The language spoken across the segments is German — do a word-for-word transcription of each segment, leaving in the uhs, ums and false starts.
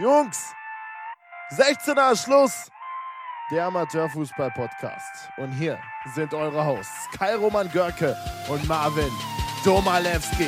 Jungs, sechzehner ist Schluss. Der Amateurfußball-Podcast. Und hier sind eure Hosts Kai Roman Görke und Marvin Domalewski.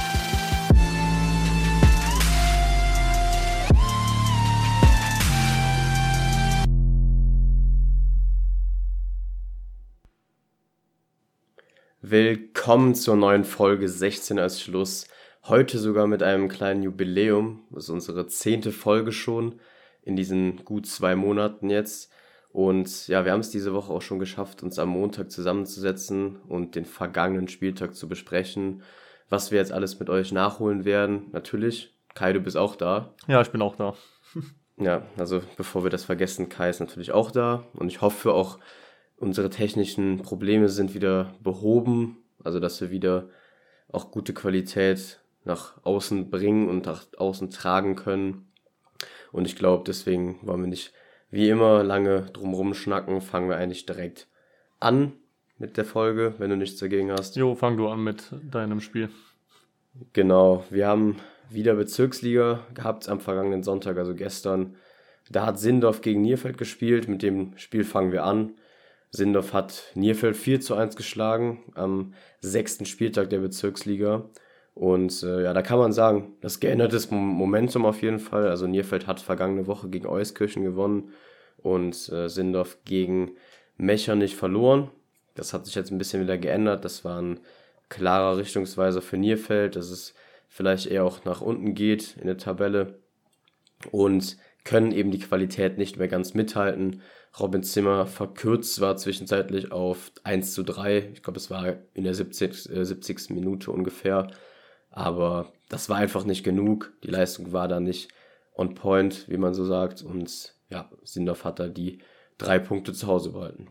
Willkommen zur neuen Folge sechzehn als Schluss. Heute sogar mit einem kleinen Jubiläum. Das ist unsere zehnte Folge schon in diesen gut zwei Monaten jetzt. Und ja, wir haben es diese Woche auch schon geschafft, uns am Montag zusammenzusetzen und den vergangenen Spieltag zu besprechen, was wir jetzt alles mit euch nachholen werden. Natürlich, Kai, du bist auch da. Ja, ich bin auch da. Ja, also bevor wir das vergessen, Kai ist natürlich auch da. Und ich hoffe auch, unsere technischen Probleme sind wieder behoben, also dass wir wieder auch gute Qualität nach außen bringen und nach außen tragen können. Und ich glaube, deswegen wollen wir nicht wie immer lange drumherum schnacken, fangen wir eigentlich direkt an mit der Folge, wenn du nichts dagegen hast. Jo, fang du an mit deinem Spiel. Genau, wir haben wieder Bezirksliga gehabt am vergangenen Sonntag, also gestern. Da hat Sindorf gegen Nierfeld gespielt, mit dem Spiel fangen wir an. Sindorf hat Nierfeld vier zu eins geschlagen am sechsten Spieltag der Bezirksliga. Und äh, ja, da kann man sagen, das geändertes Momentum auf jeden Fall. Also Nierfeld hat vergangene Woche gegen Euskirchen gewonnen und äh, Sindorf gegen Mechernich verloren. Das hat sich jetzt ein bisschen wieder geändert. Das war ein klarer Richtungsweiser für Nierfeld, dass es vielleicht eher auch nach unten geht in der Tabelle. Und können eben die Qualität nicht mehr ganz mithalten. Robin Zimmer verkürzt zwar zwischenzeitlich auf eins zu drei, ich glaube es war in der siebzigsten Minute ungefähr, aber das war einfach nicht genug, die Leistung war da nicht on point, wie man so sagt, und ja, Sindorf hat da die drei Punkte zu Hause behalten.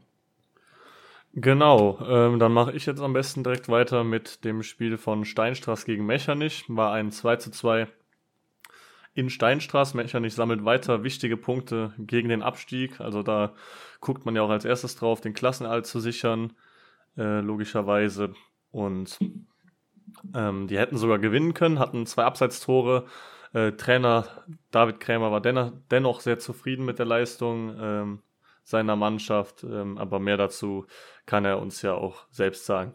Genau, ähm, dann mache ich jetzt am besten direkt weiter mit dem Spiel von Steinstraß gegen Mechernich, war ein zwei zu zwei in Steinstraß. Mechernich sammelt weiter wichtige Punkte gegen den Abstieg. Also da guckt man ja auch als erstes drauf, den Klassenerhalt zu sichern, äh, logischerweise. Und ähm, die hätten sogar gewinnen können, hatten zwei Abseitstore. Äh, Trainer David Krämer war dennoch, dennoch sehr zufrieden mit der Leistung ähm, seiner Mannschaft. Ähm, aber mehr dazu kann er uns ja auch selbst sagen.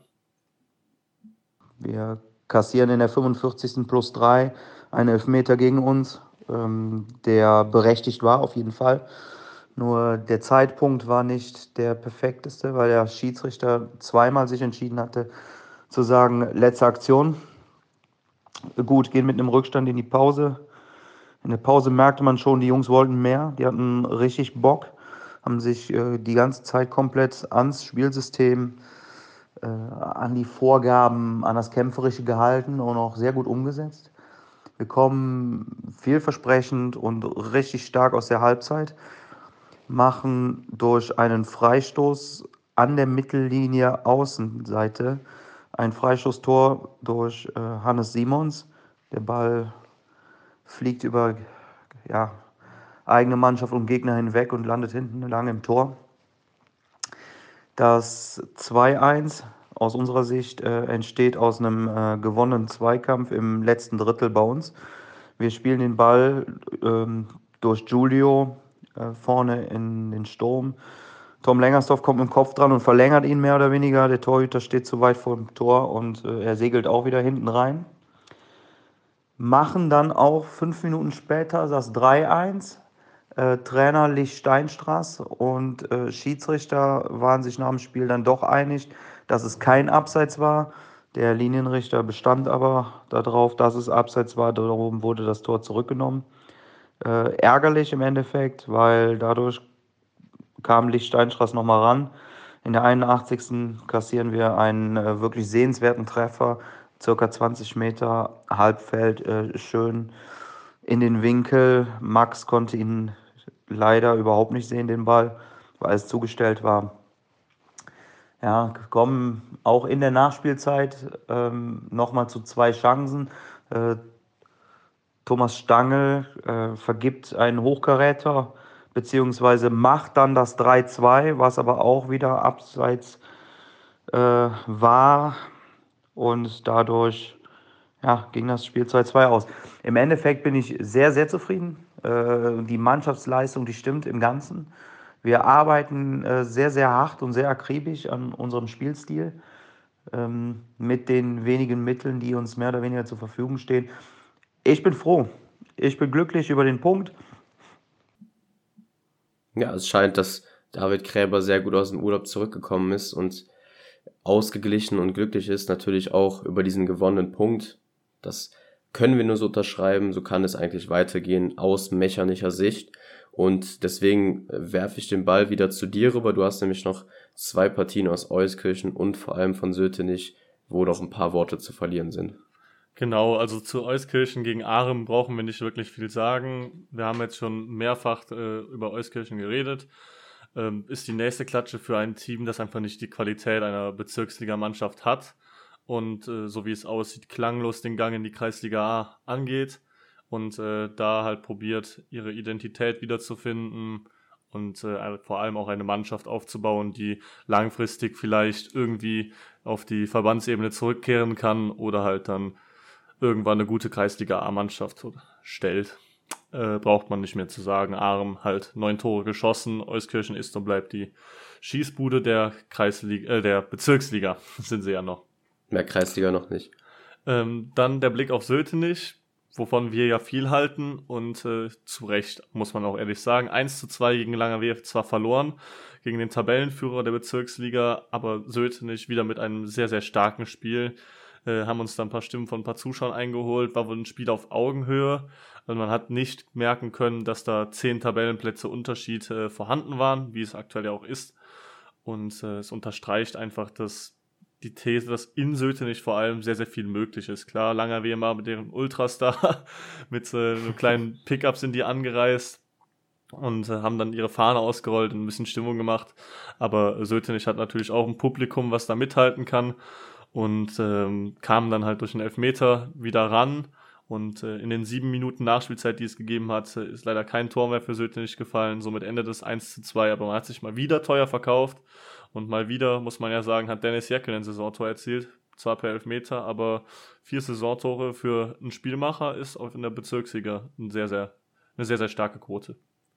Wir kassieren in der fünfundvierzigsten plus drei einen Elfmeter gegen uns, ähm, der berechtigt war auf jeden Fall. Nur der Zeitpunkt war nicht der perfekteste, weil der Schiedsrichter zweimal sich entschieden hatte zu sagen, letzte Aktion. Gut, gehen mit einem Rückstand in die Pause. In der Pause merkte man schon, die Jungs wollten mehr, die hatten richtig Bock, haben sich äh, die ganze Zeit komplett ans Spielsystem, äh, an die Vorgaben, an das Kämpferische gehalten und auch sehr gut umgesetzt. Wir kommen vielversprechend und richtig stark aus der Halbzeit, machen durch einen Freistoß an der Mittellinie Außenseite ein Freistoßtor durch äh, Hannes Simons. Der Ball fliegt über ja, eigene Mannschaft und Gegner hinweg und landet hinten lang im Tor. Das zwei eins aus unserer Sicht äh, entsteht aus einem äh, gewonnenen Zweikampf im letzten Drittel bei uns. Wir spielen den Ball ähm, durch Giulio äh, vorne in den Sturm. Tom Lengersdorf kommt mit dem Kopf dran und verlängert ihn mehr oder weniger. Der Torhüter steht zu weit vor dem Tor und äh, er segelt auch wieder hinten rein. Machen dann auch fünf Minuten später das drei eins. Äh, Trainer Lich Steinstraß und äh, Schiedsrichter waren sich nach dem Spiel dann doch einig, dass es kein Abseits war. Der Linienrichter bestand aber darauf, dass es Abseits war. Darum wurde das Tor zurückgenommen. Äh, ärgerlich im Endeffekt, weil dadurch kam Lich Steinstraß nochmal ran. In der einundachtzigsten kassieren wir einen äh, wirklich sehenswerten Treffer, circa zwanzig Meter Halbfeld, äh, schön in den Winkel. Max konnte ihn leider überhaupt nicht sehen, den Ball, weil es zugestellt war. Ja, kommen auch in der Nachspielzeit ähm, nochmal zu zwei Chancen. Äh, Thomas Stangl äh, vergibt einen Hochkaräter, beziehungsweise macht dann das drei zwei, was aber auch wieder abseits äh, war. Und dadurch ja, ging das Spiel zwei zwei aus. Im Endeffekt bin ich sehr, sehr zufrieden. Äh, die Mannschaftsleistung, die stimmt im Ganzen. Wir arbeiten äh, sehr, sehr hart und sehr akribisch an unserem Spielstil ähm, mit den wenigen Mitteln, die uns mehr oder weniger zur Verfügung stehen. Ich bin froh. Ich bin glücklich über den Punkt. Ja, es scheint, dass David Kräber sehr gut aus dem Urlaub zurückgekommen ist und ausgeglichen und glücklich ist, natürlich auch über diesen gewonnenen Punkt. Das können wir nur so unterschreiben, so kann es eigentlich weitergehen aus mechanischer Sicht. Und deswegen werfe ich den Ball wieder zu dir rüber. Du hast nämlich noch zwei Partien aus Euskirchen und vor allem von Sötenich, wo noch ein paar Worte zu verlieren sind. Genau, also zu Euskirchen gegen Aarem brauchen wir nicht wirklich viel sagen. Wir haben jetzt schon mehrfach äh, über Euskirchen geredet. Ähm, ist die nächste Klatsche für ein Team, das einfach nicht die Qualität einer Bezirksligamannschaft hat und äh, so wie es aussieht, klanglos den Gang in die Kreisliga A angeht und äh, da halt probiert, ihre Identität wiederzufinden und äh, vor allem auch eine Mannschaft aufzubauen, die langfristig vielleicht irgendwie auf die Verbandsebene zurückkehren kann oder halt dann irgendwann eine gute Kreisliga-A-Mannschaft stellt. Äh, braucht man nicht mehr zu sagen. Aarem halt neun Tore geschossen, Euskirchen ist und bleibt die Schießbude der Kreisliga, äh, der Bezirksliga, sind sie ja noch. Mehr Kreisliga noch nicht. Ähm, dann der Blick auf Sötenich, wovon wir ja viel halten und äh, zu Recht, muss man auch ehrlich sagen. eins zu zwei gegen Langerwehe zwar verloren, gegen den Tabellenführer der Bezirksliga, aber Sötenich wieder mit einem sehr, sehr starken Spiel. Äh, haben uns da ein paar Stimmen von ein paar Zuschauern eingeholt, war wohl ein Spiel auf Augenhöhe. Also man hat nicht merken können, dass da zehn Tabellenplätze Unterschied äh, vorhanden waren, wie es aktuell ja auch ist. Und äh, es unterstreicht einfach, dass die These, dass in Sötenich vor allem sehr, sehr viel möglich ist. Klar, Langerwehe mal mit deren Ultras da, mit äh, so kleinen Pickups sind die angereist und äh, haben dann ihre Fahne ausgerollt und ein bisschen Stimmung gemacht. Aber Sötenich hat natürlich auch ein Publikum, was da mithalten kann. Und ähm, kam dann halt durch den Elfmeter wieder ran. Und äh, in den sieben Minuten Nachspielzeit, die es gegeben hat, ist leider kein Tor mehr für Sötenich gefallen. Somit endet es eins zu zwei. Aber man hat sich mal wieder teuer verkauft. Und mal wieder, muss man ja sagen, hat Dennis Jäckel ein Saisontor erzielt. Zwar per Elfmeter, aber vier Saisontore für einen Spielmacher ist auch in der Bezirksliga ein sehr, sehr, eine sehr, sehr starke Quote.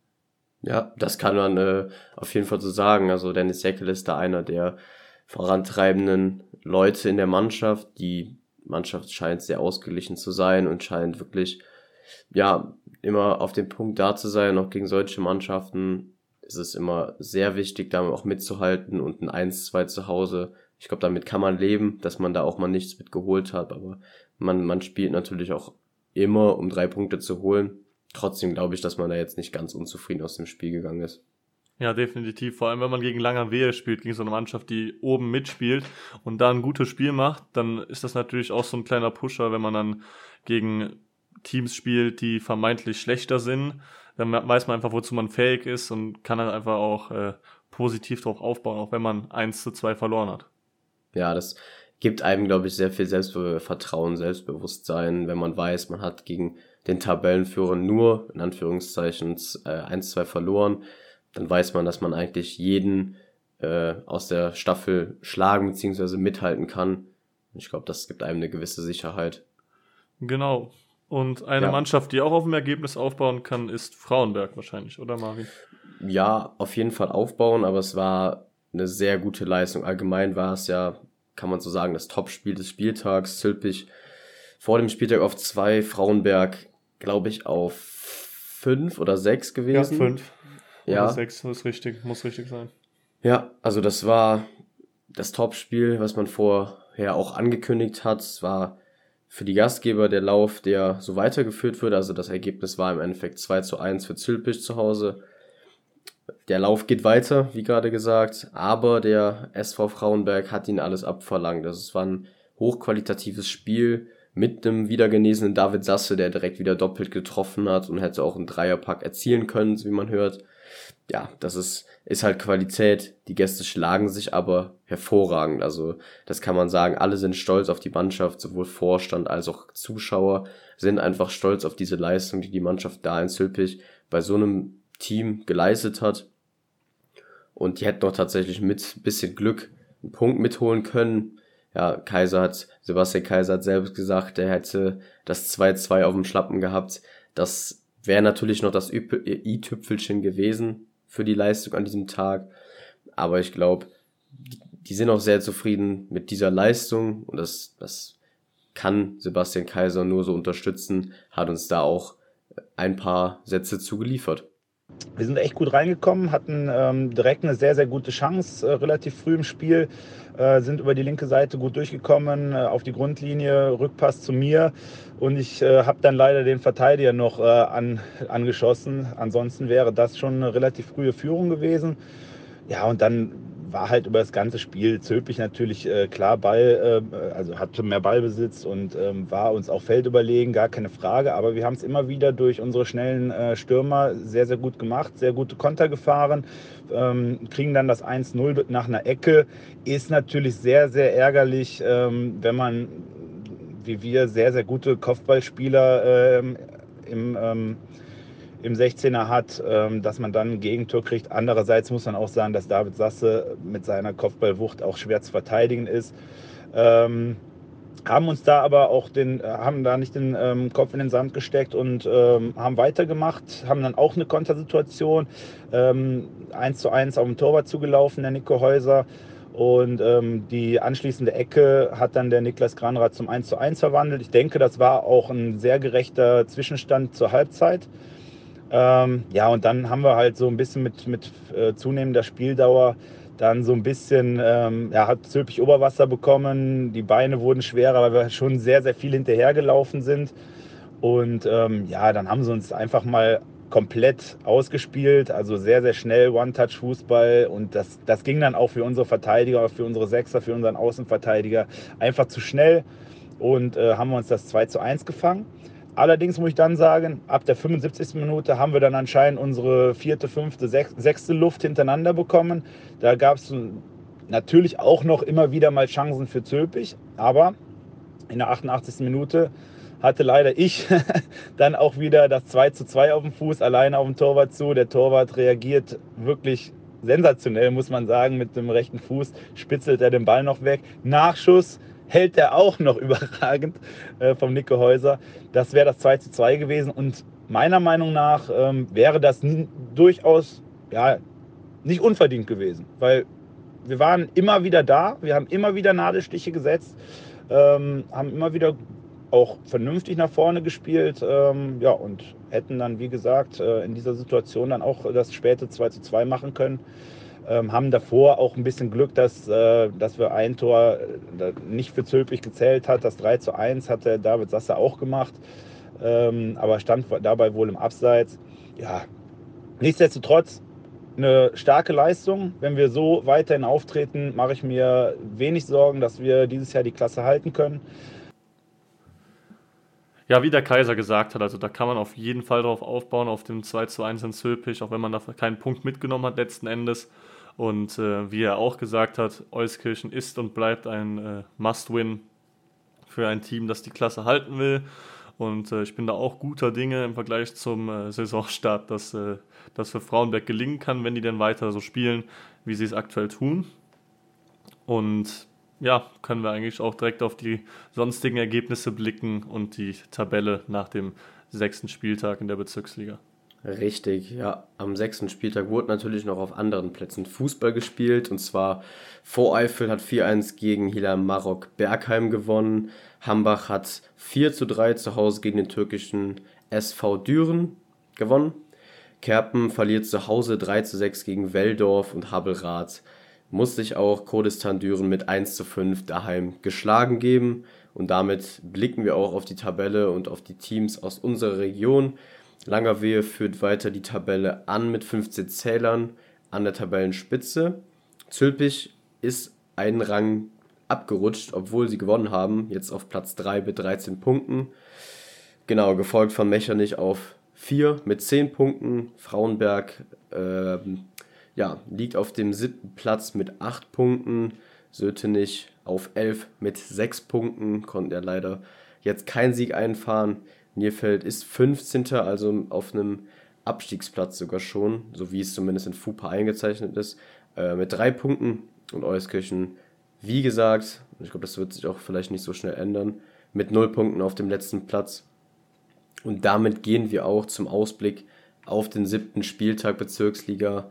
Ja, das kann man äh, auf jeden Fall so sagen. Also Dennis Jäckel ist da einer der vorantreibenden Leute in der Mannschaft. Die Mannschaft scheint sehr ausgeglichen zu sein und scheint wirklich ja immer auf dem Punkt da zu sein. Auch gegen solche Mannschaften ist es immer sehr wichtig, da auch mitzuhalten und ein eins zwei zu Hause. Ich glaube, damit kann man leben, dass man da auch mal nichts mitgeholt hat, aber man, man spielt natürlich auch immer, um drei Punkte zu holen. Trotzdem glaube ich, dass man da jetzt nicht ganz unzufrieden aus dem Spiel gegangen ist. Ja, definitiv. Vor allem, wenn man gegen Langerwehe spielt, gegen so eine Mannschaft, die oben mitspielt und da ein gutes Spiel macht, dann ist das natürlich auch so ein kleiner Pusher, wenn man dann gegen Teams spielt, die vermeintlich schlechter sind. Dann weiß man einfach, wozu man fähig ist und kann dann einfach auch äh, positiv drauf aufbauen, auch wenn man eins zu zwei verloren hat. Ja, das gibt einem, glaube ich, sehr viel Selbstvertrauen, Selbstbewusstsein, wenn man weiß, man hat gegen den Tabellenführer nur, in Anführungszeichen, eins zwei verloren. Dann weiß man, dass man eigentlich jeden äh, aus der Staffel schlagen bzw. mithalten kann. Ich glaube, das gibt einem eine gewisse Sicherheit. Genau. Und eine ja. Mannschaft, die auch auf dem Ergebnis aufbauen kann, ist Frauenberg wahrscheinlich, oder Marvin? Ja, auf jeden Fall aufbauen, aber es war eine sehr gute Leistung. Allgemein war es ja, kann man so sagen, das Topspiel des Spieltags. Zülpich vor dem Spieltag auf zwei, Frauenberg, glaube ich, auf fünf oder sechs gewesen. Ja, fünf. Ja. Oder sechs, ist richtig, muss richtig sein. Ja, also das war das Topspiel, was man vorher auch angekündigt hat. Es war für die Gastgeber der Lauf, der so weitergeführt wird. Also das Ergebnis war im Endeffekt zwei zu eins für Zülpich zu Hause. Der Lauf geht weiter, wie gerade gesagt, aber der S V Frauenberg hat ihn alles abverlangt. Also es war ein hochqualitatives Spiel mit einem wiedergenesenen David Sasse, der direkt wieder doppelt getroffen hat und hätte auch einen Dreierpack erzielen können, wie man hört. Ja, das ist, ist halt Qualität. Die Gäste schlagen sich aber hervorragend. Also das kann man sagen, alle sind stolz auf die Mannschaft, sowohl Vorstand als auch Zuschauer sind einfach stolz auf diese Leistung, die die Mannschaft da in Zülpich bei so einem Team geleistet hat. Und die hätten doch tatsächlich mit bisschen Glück einen Punkt mitholen können. Ja, Kaiser hat, Sebastian Kaiser hat selbst gesagt, er hätte das zwei zwei auf dem Schlappen gehabt. Das Wäre natürlich noch das i-Tüpfelchen gewesen für die Leistung an diesem Tag. Aber ich glaube, die, die sind auch sehr zufrieden mit dieser Leistung. Und das, das kann Sebastian Kaiser nur so unterstützen. Hat uns da auch ein paar Sätze zugeliefert. Wir sind echt gut reingekommen, hatten ähm, direkt eine sehr, sehr gute Chance, äh, relativ früh im Spiel, äh, sind über die linke Seite gut durchgekommen, äh, auf die Grundlinie, Rückpass zu mir und ich äh, habe dann leider den Verteidiger noch äh, an, angeschossen. Ansonsten wäre das schon eine relativ frühe Führung gewesen. Ja, und dann war halt über das ganze Spiel Zülpich natürlich äh, klar Ball, äh, also hatte mehr Ballbesitz und ähm, war uns auch feldüberlegen, gar keine Frage. Aber wir haben es immer wieder durch unsere schnellen äh, Stürmer sehr, sehr gut gemacht, sehr gute Konter gefahren, ähm, kriegen dann das eins null nach einer Ecke. Ist natürlich sehr, sehr ärgerlich, ähm, wenn man, wie wir, sehr, sehr gute Kopfballspieler ähm, im ähm, im sechzehner hat, dass man dann ein Gegentor kriegt. Andererseits muss man auch sagen, dass David Sasse mit seiner Kopfballwucht auch schwer zu verteidigen ist. Ähm, haben uns da aber auch den, haben da nicht den ähm, Kopf in den Sand gesteckt und ähm, haben weitergemacht, haben dann auch eine Kontersituation, ähm, eins zu eins auf dem Torwart zugelaufen, der Nico Häuser. Und ähm, die anschließende Ecke hat dann der Niklas Granrath zum eins zu eins verwandelt. Ich denke, das war auch ein sehr gerechter Zwischenstand zur Halbzeit. Ähm, ja, und dann haben wir halt so ein bisschen mit, mit äh, zunehmender Spieldauer dann so ein bisschen, ähm, ja, hat Zülpich Oberwasser bekommen, die Beine wurden schwerer, weil wir schon sehr, sehr viel hinterhergelaufen sind. Und ähm, ja, dann haben sie uns einfach mal komplett ausgespielt, also sehr, sehr schnell One-Touch-Fußball und das, das ging dann auch für unsere Verteidiger, für unsere Sechser, für unseren Außenverteidiger einfach zu schnell und äh, haben wir uns das zwei zu eins gefangen. Allerdings muss ich dann sagen, ab der fünfundsiebzigsten Minute haben wir dann anscheinend unsere vierte, fünfte, sechste Luft hintereinander bekommen. Da gab es natürlich auch noch immer wieder mal Chancen für Zülpich, aber in der achtundachtzigsten Minute hatte leider ich dann auch wieder das zwei zu zwei auf dem Fuß, alleine auf dem Torwart zu. Der Torwart reagiert wirklich sensationell, muss man sagen, mit dem rechten Fuß spitzelt er den Ball noch weg. Nachschuss hält er auch noch überragend äh, vom Nico Häuser. Das wäre das zwei zu zwei gewesen und meiner Meinung nach ähm, wäre das n- durchaus ja, nicht unverdient gewesen, weil wir waren immer wieder da, wir haben immer wieder Nadelstiche gesetzt, ähm, haben immer wieder auch vernünftig nach vorne gespielt, ähm, ja, und hätten dann, wie gesagt, äh, in dieser Situation dann auch das späte zwei zu zwei machen können. Ähm, haben davor auch ein bisschen Glück, dass, äh, dass wir ein Tor äh, nicht für Zülpich gezählt hat. Das drei zu eins hat der David Sasse auch gemacht, ähm, aber stand dabei wohl im Abseits. Ja, nichtsdestotrotz eine starke Leistung. Wenn wir so weiterhin auftreten, mache ich mir wenig Sorgen, dass wir dieses Jahr die Klasse halten können. Ja, wie der Kaiser gesagt hat, also da kann man auf jeden Fall drauf aufbauen, auf dem zwei zu eins in Zülpich, auch wenn man da keinen Punkt mitgenommen hat letzten Endes. Und äh, wie er auch gesagt hat, Euskirchen ist und bleibt ein äh, Must-Win für ein Team, das die Klasse halten will. Und äh, ich bin da auch guter Dinge im Vergleich zum äh, Saisonstart, dass äh, das für Frauenberg gelingen kann, wenn die denn weiter so spielen, wie sie es aktuell tun. Und ja, können wir eigentlich auch direkt auf die sonstigen Ergebnisse blicken und die Tabelle nach dem sechsten Spieltag in der Bezirksliga. Richtig, ja. Am sechsten Spieltag wurde natürlich noch auf anderen Plätzen Fußball gespielt. Und zwar Voreifel hat vier eins gegen Hilal Marok Bergheim gewonnen. Hambach hat vier zu drei zu Hause gegen den türkischen S V Düren gewonnen. Kerpen verliert zu Hause drei zu sechs gegen Welldorf und Habelrath muss sich auch Kurdistan Düren mit eins zu fünf daheim geschlagen geben. Und damit blicken wir auch auf die Tabelle und auf die Teams aus unserer Region. Langerwehe führt weiter die Tabelle an mit fünfzehn Zählern an der Tabellenspitze. Zülpich ist einen Rang abgerutscht, obwohl sie gewonnen haben, jetzt auf Platz drei mit dreizehn Punkten. Genau, gefolgt von Mechernich auf vier mit zehn Punkten. Frauenberg äh, ja, liegt auf dem siebten Platz mit acht Punkten. Sötenich auf elf mit sechs Punkten, konnten ja leider jetzt keinen Sieg einfahren. Nierfeld ist fünfzehnter, also auf einem Abstiegsplatz sogar schon, so wie es zumindest in FUPA eingezeichnet ist, äh, mit drei Punkten. Und Euskirchen, wie gesagt, ich glaube, das wird sich auch vielleicht nicht so schnell ändern, mit null Punkten auf dem letzten Platz. Und damit gehen wir auch zum Ausblick auf den siebten Spieltag Bezirksliga,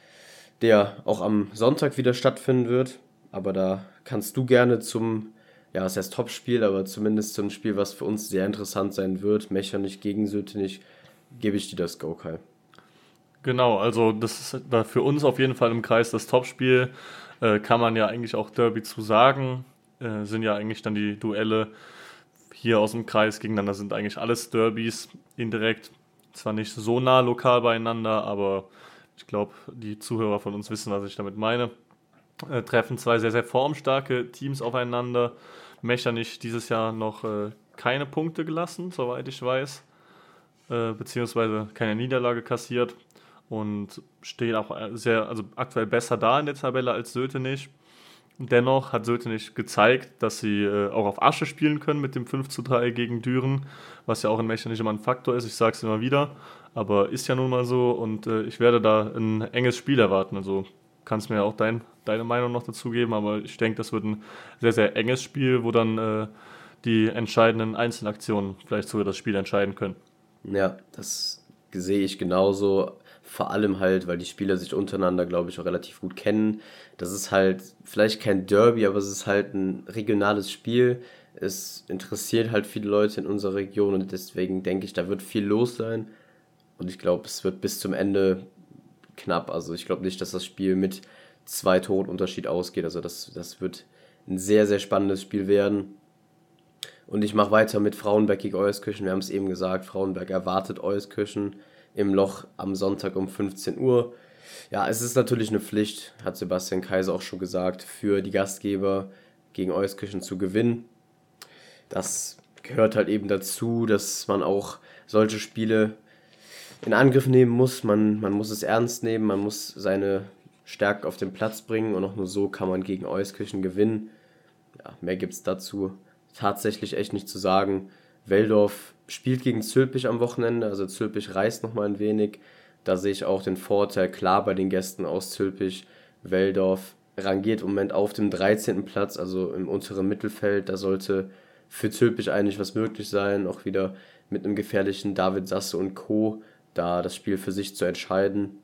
der auch am Sonntag wieder stattfinden wird. Aber da kannst du gerne zum, ja, es heißt Topspiel, aber zumindest zum Spiel, was für uns sehr interessant sein wird, Mechernich gegen Sötenich, gebe ich dir das Go, Kai. Genau, also das ist da für uns auf jeden Fall im Kreis das Topspiel. Äh, kann man ja eigentlich auch Derby zu sagen. Äh, sind ja eigentlich dann die Duelle hier aus dem Kreis gegeneinander, sind eigentlich alles Derbys indirekt. Zwar nicht so nah lokal beieinander, aber ich glaube, die Zuhörer von uns wissen, was ich damit meine. Äh, treffen zwei sehr, sehr formstarke Teams aufeinander. Mechernich dieses Jahr noch äh, keine Punkte gelassen, soweit ich weiß. Äh, beziehungsweise keine Niederlage kassiert. Und steht auch sehr, also aktuell besser da in der Tabelle als Sötenich. Dennoch hat Sötenich gezeigt, dass sie äh, auch auf Asche spielen können mit dem fünf zu drei gegen Düren, was ja auch in Mechernich immer ein Faktor ist, ich sage es immer wieder, aber ist ja nun mal so und äh, ich werde da ein enges Spiel erwarten, also kannst mir ja auch dein, deine Meinung noch dazu geben, aber ich denke, das wird ein sehr, sehr enges Spiel, wo dann äh, die entscheidenden Einzelaktionen vielleicht sogar das Spiel entscheiden können. Ja, das sehe ich genauso. Vor allem halt, weil die Spieler sich untereinander, glaube ich, auch relativ gut kennen. Das ist halt vielleicht kein Derby, aber es ist halt ein regionales Spiel. Es interessiert halt viele Leute in unserer Region und deswegen denke ich, da wird viel los sein. Und ich glaube, es wird bis zum Ende knapp. Also ich glaube nicht, dass das Spiel mit zwei Toren Unterschied ausgeht. Also das, das wird ein sehr, sehr spannendes Spiel werden. Und ich mache weiter mit Frauenberg gegen Euskirchen. Wir haben es eben gesagt, Frauenberg erwartet Euskirchen im Loch am Sonntag um fünfzehn Uhr. Ja, es ist natürlich eine Pflicht, hat Sebastian Kaiser auch schon gesagt, für die Gastgeber gegen Euskirchen zu gewinnen. Das gehört halt eben dazu, dass man auch solche Spiele in Angriff nehmen muss. Man, man muss es ernst nehmen, man muss seine Stärke auf den Platz bringen und auch nur so kann man gegen Euskirchen gewinnen. Ja, mehr gibt es dazu tatsächlich echt nicht zu sagen. Welldorf spielt gegen Zülpich am Wochenende, also Zülpich reist nochmal ein wenig. Da sehe ich auch den Vorteil klar bei den Gästen aus Zülpich. Welldorf rangiert im Moment auf dem dreizehnten Platz, also im unteren Mittelfeld. Da sollte für Zülpich eigentlich was möglich sein, auch wieder mit einem gefährlichen David Sasse und Co. da das Spiel für sich zu entscheiden.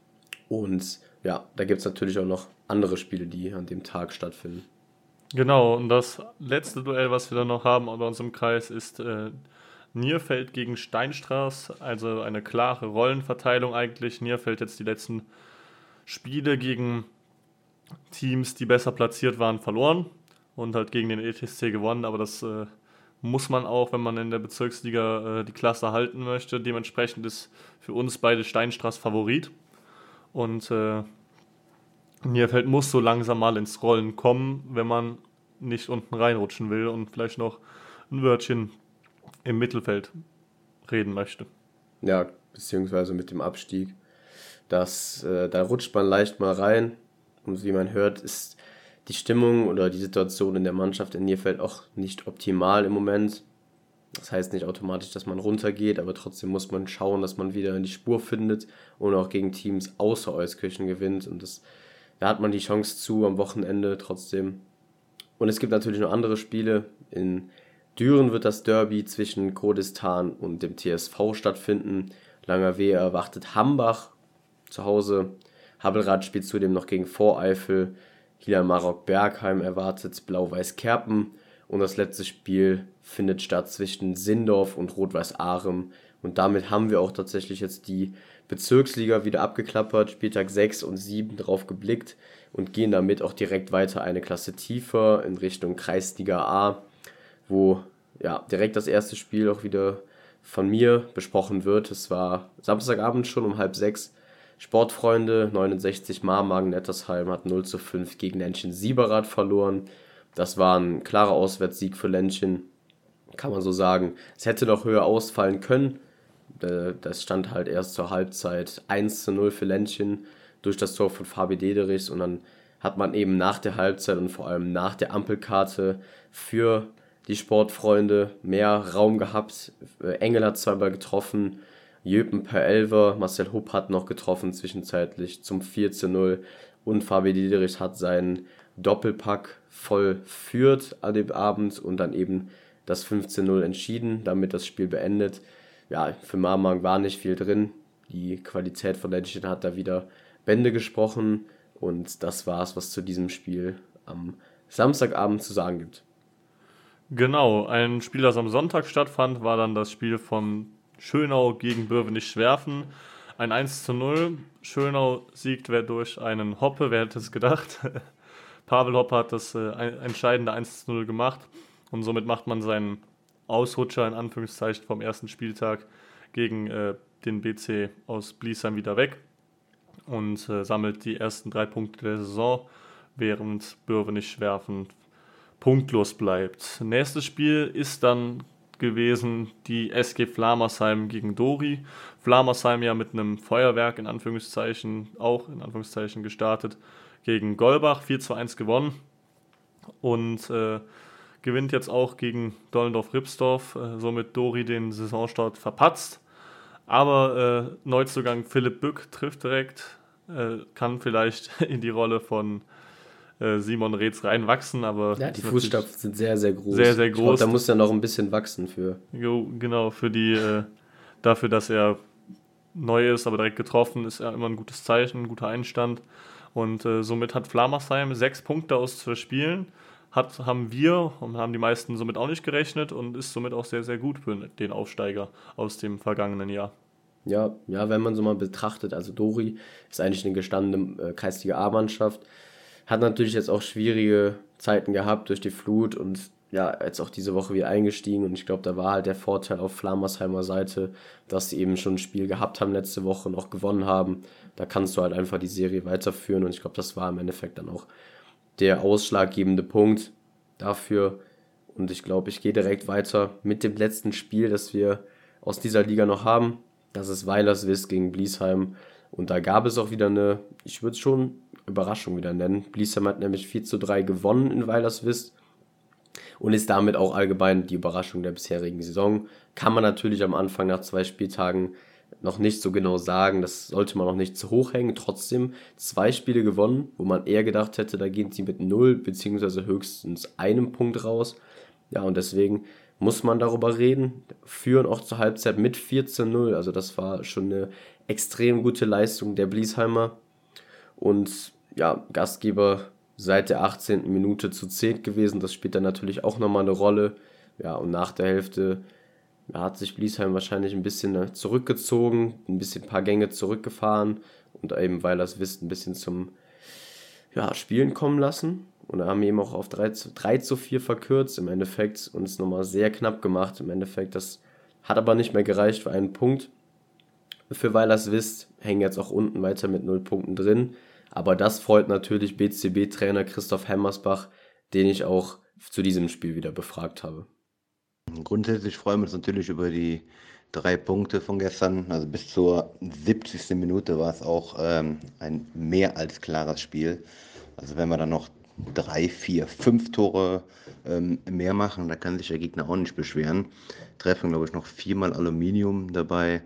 Und ja, da gibt es natürlich auch noch andere Spiele, die an dem Tag stattfinden. Genau, und das letzte Duell, was wir dann noch haben bei uns im Kreis, ist äh, Nierfeld gegen Steinstraß, also eine klare Rollenverteilung eigentlich. Nierfeld jetzt die letzten Spiele gegen Teams, die besser platziert waren, verloren und halt gegen den E T S C gewonnen, aber das äh, muss man auch, wenn man in der Bezirksliga äh, die Klasse halten möchte. Dementsprechend ist für uns beide Steinstraß Favorit und äh, Nierfeld muss so langsam mal ins Rollen kommen, wenn man nicht unten reinrutschen will und vielleicht noch ein Wörtchen im Mittelfeld reden möchte. Ja, beziehungsweise mit dem Abstieg. Das, äh, da rutscht man leicht mal rein und wie man hört, ist die Stimmung oder die Situation in der Mannschaft in Nierfeld auch nicht optimal im Moment. Das heißt nicht automatisch, dass man runtergeht, aber trotzdem muss man schauen, dass man wieder in die Spur findet und auch gegen Teams außer Euskirchen gewinnt und das Da hat man die Chance zu am Wochenende trotzdem. Und es gibt natürlich noch andere Spiele. In Düren wird das Derby zwischen Kurdistan und dem T S V stattfinden. Langerwehe erwartet Hambach zu Hause. Habelrath spielt zudem noch gegen Voreifel. Hilal Marok Bergheim erwartet Blau-Weiß Kerpen. Und das letzte Spiel findet statt zwischen Sindorf und Rot-Weiß Ahrem. Und damit haben wir auch tatsächlich jetzt die Bezirksliga wieder abgeklappert, Spieltag sechs und sieben drauf geblickt und gehen damit auch direkt weiter eine Klasse tiefer in Richtung Kreisliga A, wo ja direkt das erste Spiel auch wieder von mir besprochen wird. Es war Samstagabend schon um halb sechs. Sportfreunde neunundsechzig Marmagen-Nettersheim hat null zu fünf gegen Lenchen Sieberath verloren. Das war ein klarer Auswärtssieg für Lenchen, kann man so sagen. Es hätte noch höher ausfallen können. Das stand halt erst zur Halbzeit eins zu null für Lenchen durch das Tor von Fabi Dederichs und dann hat man eben nach der Halbzeit und vor allem nach der Ampelkarte für die Sportfreunde mehr Raum gehabt. Engel hat zweimal getroffen, Jöpen per Elfer, Marcel Hupp hat noch getroffen zwischenzeitlich zum vier zu null und Fabi Dederichs hat seinen Doppelpack vollführt an dem Abend und dann eben das fünf zu null entschieden, damit das Spiel beendet. ja, für Marmang war nicht viel drin. Die Qualität von Legion hat da wieder Bände gesprochen und das war's, was zu diesem Spiel am Samstagabend zu sagen gibt. Genau, ein Spiel, das am Sonntag stattfand, war dann das Spiel von Schönau gegen Börvenich-Schwerfen. Ein eins zu null. Schönau siegt wer durch einen Hoppe, wer hätte es gedacht. Pavel Hoppe hat das äh, entscheidende eins zu null gemacht und somit macht man seinen Ausrutscher in Anführungszeichen vom ersten Spieltag gegen äh, den B C aus Bliesheim wieder weg und äh, sammelt die ersten drei Punkte der Saison, während Börvenich-Schwerfen punktlos bleibt. Nächstes Spiel ist dann gewesen die S G Flamersheim gegen Dori. Flamersheim ja mit einem Feuerwerk in Anführungszeichen, auch in Anführungszeichen gestartet, gegen Golbach, vier zu eins gewonnen und äh, gewinnt jetzt auch gegen Dollendorf-Ripsdorf, äh, somit Dori den Saisonstart verpatzt. Aber äh, Neuzugang Philipp Bück trifft direkt, äh, kann vielleicht in die Rolle von äh, Simon Reetz reinwachsen, aber ja, die Fußstapfen sind sehr, sehr groß. Sehr, sehr groß. Ich glaub, da muss er noch ein bisschen wachsen für. Jo, genau, für die, äh, dafür, dass er neu ist, aber direkt getroffen, ist er immer ein gutes Zeichen, ein guter Einstand. Und äh, somit hat Flamersheim sechs Punkte aus zwei Spielen. Hat, haben wir und haben die meisten somit auch nicht gerechnet und ist somit auch sehr, sehr gut für den Aufsteiger aus dem vergangenen Jahr. Ja, ja, wenn man so mal betrachtet, also Dori ist eigentlich eine gestandene äh, Kreisliga A-Mannschaft, hat natürlich jetzt auch schwierige Zeiten gehabt durch die Flut und ja, jetzt auch diese Woche wieder eingestiegen und ich glaube, da war halt der Vorteil auf Flamersheimer Seite, dass sie eben schon ein Spiel gehabt haben letzte Woche und auch gewonnen haben. Da kannst du halt einfach die Serie weiterführen und ich glaube, das war im Endeffekt dann auch der ausschlaggebende Punkt dafür. Und ich glaube, ich gehe direkt weiter mit dem letzten Spiel, das wir aus dieser Liga noch haben. Das ist Weilerswist gegen Bliesheim. Und da gab es auch wieder eine, ich würde es schon Überraschung wieder nennen. Bliesheim hat nämlich vier zu drei gewonnen in Weilerswist und ist damit auch allgemein die Überraschung der bisherigen Saison. Kann man natürlich am Anfang nach zwei Spieltagen noch nicht so genau sagen, das sollte man noch nicht zu hoch hängen. Trotzdem zwei Spiele gewonnen, wo man eher gedacht hätte, da gehen sie mit null beziehungsweise höchstens einem Punkt raus. Ja, und deswegen muss man darüber reden. Führen auch zur Halbzeit mit vier zu null, also das war schon eine extrem gute Leistung der Bliesheimer. Und ja, Gastgeber seit der achtzehnten Minute zu zehn gewesen, das spielt dann natürlich auch nochmal eine Rolle. Ja, und nach der Hälfte da hat sich Bliesheim wahrscheinlich ein bisschen zurückgezogen, ein bisschen ein paar Gänge zurückgefahren und eben Weilerswist ein bisschen zum ja, Spielen kommen lassen. Und da haben wir eben auch auf drei zu vier verkürzt im Endeffekt und es nochmal sehr knapp gemacht im Endeffekt. Das hat aber nicht mehr gereicht für einen Punkt. Für Weilerswist hängen jetzt auch unten weiter mit null Punkten drin. Aber das freut natürlich B C B-Trainer Christoph Hemmersbach, den ich auch zu diesem Spiel wieder befragt habe. Grundsätzlich freuen wir uns natürlich über die drei Punkte von gestern. Also bis zur siebzigsten Minute war es auch ähm, ein mehr als klares Spiel. Also wenn wir dann noch drei, vier, fünf Tore ähm, mehr machen, da kann sich der Gegner auch nicht beschweren. Treffen, glaube ich, noch viermal Aluminium dabei.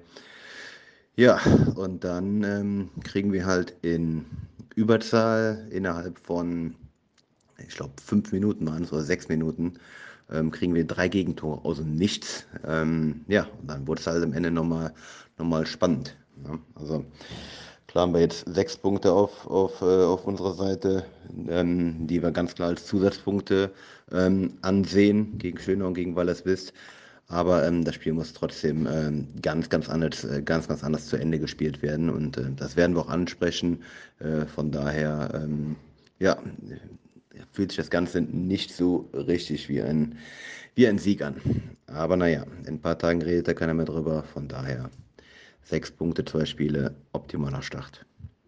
Ja, und dann ähm, kriegen wir halt in Überzahl innerhalb von, ich glaube, fünf Minuten waren es oder sechs Minuten, ähm, kriegen wir drei Gegentore aus dem Nichts. Ähm, ja, und dann wurde es halt am Ende nochmal noch mal spannend. Ja? Also klar haben wir jetzt sechs Punkte auf, auf, äh, auf unserer Seite, ähm, die wir ganz klar als Zusatzpunkte ähm, ansehen gegen Schönau und gegen Weilerswist. Aber ähm, das Spiel muss trotzdem ähm, ganz, ganz anders, äh, ganz, ganz anders zu Ende gespielt werden. Und äh, das werden wir auch ansprechen. Äh, von daher, ähm, ja, fühlt sich das Ganze nicht so richtig wie ein, wie ein Sieg an. Aber naja, in ein paar Tagen redet da keiner mehr drüber. Von daher, sechs Punkte, zwei Spiele, optimaler Start.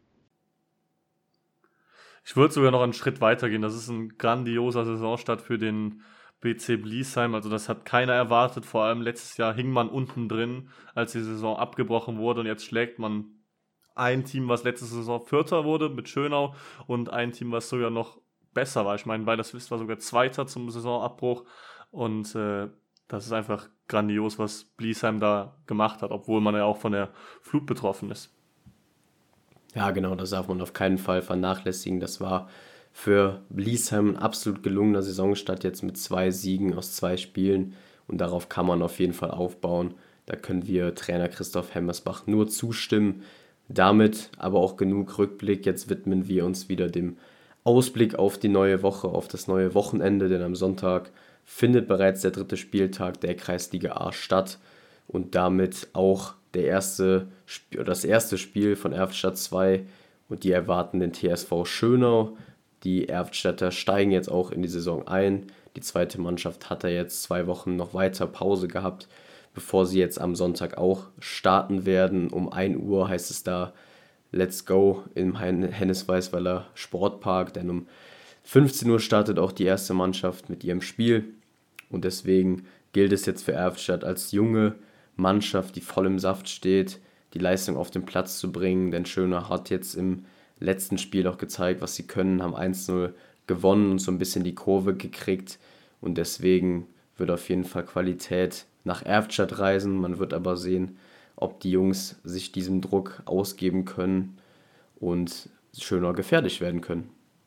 Ich würde sogar noch einen Schritt weiter gehen. Das ist ein grandioser Saisonstart für den B C Bliesheim, also das hat keiner erwartet, vor allem letztes Jahr hing man unten drin, als die Saison abgebrochen wurde und jetzt schlägt man ein Team, was letzte Saison Vierter wurde mit Schönau und ein Team, was sogar noch besser war. Ich meine, Weilerswist war sogar Zweiter zum Saisonabbruch und äh, das ist einfach grandios, was Bliesheim da gemacht hat, obwohl man ja auch von der Flut betroffen ist. Ja, genau, das darf man auf keinen Fall vernachlässigen. Das war für Bliesheim ein absolut gelungener Saisonstart jetzt mit zwei Siegen aus zwei Spielen und darauf kann man auf jeden Fall aufbauen. Da können wir Trainer Christoph Hemmersbach nur zustimmen. Damit aber auch genug Rückblick. Jetzt widmen wir uns wieder dem Ausblick auf die neue Woche, auf das neue Wochenende, denn am Sonntag findet bereits der dritte Spieltag der Kreisliga A statt und damit auch der erste, oder das erste Spiel von Erftstadt zwei und die erwarten den T S V Schönau. Die Erftstädter steigen jetzt auch in die Saison ein. Die zweite Mannschaft hat da jetzt zwei Wochen noch weiter Pause gehabt, bevor sie jetzt am Sonntag auch starten werden. Um ein Uhr heißt es da Let's Go im Hennes-Weißweiler Sportpark, denn um fünfzehn Uhr startet auch die erste Mannschaft mit ihrem Spiel und deswegen gilt es jetzt für Erftstadt als junge Mannschaft, die voll im Saft steht, die Leistung auf den Platz zu bringen, denn Schönau hat jetzt im letzten Spiel auch gezeigt, was sie können, haben eins zu null gewonnen und so ein bisschen die Kurve gekriegt und deswegen wird auf jeden Fall Qualität nach Erftstadt reisen. Man wird aber sehen, ob die Jungs sich diesem Druck ausgeben können und Schönau gefährlich werden können.